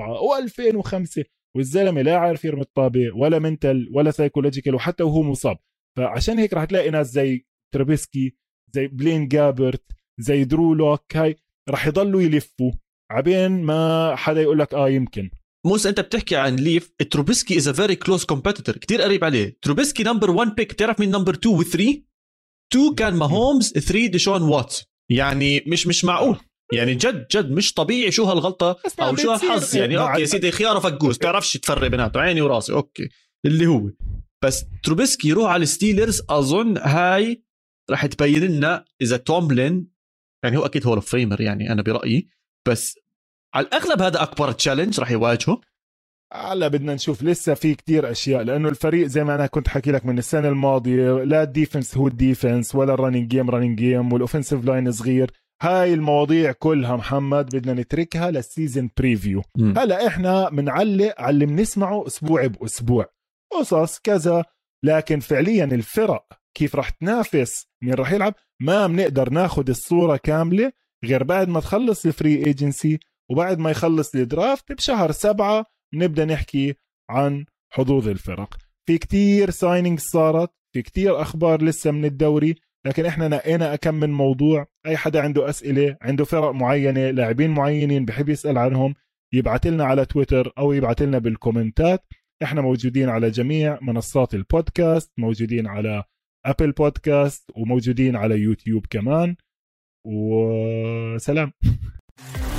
و2005 والزلمه لا عارف يرمي الطابه ولا منتل ولا سايكولوجيكال وحتى وهو مصاب. فعشان هيك راح تلاقي ناس زي ترابيسكي زي بلين جابرت زي درو لوك هاي راح يضلوا يلفوا عبين ما حدا يقول لك اه يمكن. موسى انت بتحكي عن ليف تروبيسكي از ا فيري كلوز كومبيتيتور كتير قريب عليه. تروبيسكي نمبر واحد بيك تعرف مين نمبر اثنين و ثلاثة؟ اثنين كان ماهومز ثلاثة ديشون وات. يعني مش مش معقول يعني جد جد مش طبيعي شو هالغلطه او شو هالحظ يعني. اوكي يا سيدي خياره فقوس تعرفش تفرق بيناتهم عيني وراسي اوكي اللي هو. بس تروبيسكي يروح على الستيلرز اظن هاي راح تبين لنا اذا تومبلين يعني هو اكيد هول اوف فيمر يعني انا برايي بس على الاغلب هذا اكبر تشالنج راح يواجهه. هلا بدنا نشوف لسه في كتير اشياء لانه الفريق زي ما انا كنت حكي لك من السنه الماضيه لا الديفنس هو الديفنس ولا الرننج جيم رننج جيم والاوفنسيف لاين صغير. هاي المواضيع كلها محمد بدنا نتركها للسيزن بريفيو. هلا احنا بنعلق على اللي بنسمعه اسبوع باسبوع قصص كذا لكن فعليا الفرق كيف راح تنافس مين راح يلعب ما بنقدر ناخد الصوره كامله غير بعد ما تخلص الفري ايجنسي وبعد ما يخلص الدرافت بشهر سبعة نبدأ نحكي عن حظوظ الفرق. في كتير ساينينج صارت في كتير أخبار لسه من الدوري لكن إحنا نقينا أكم من موضوع. أي حدا عنده أسئلة عنده فرق معينة لاعبين معينين بحب يسأل عنهم يبعت لنا على تويتر أو يبعت لنا بالكومنتات. إحنا موجودين على جميع منصات البودكاست موجودين على أبل بودكاست وموجودين على يوتيوب كمان وسلام.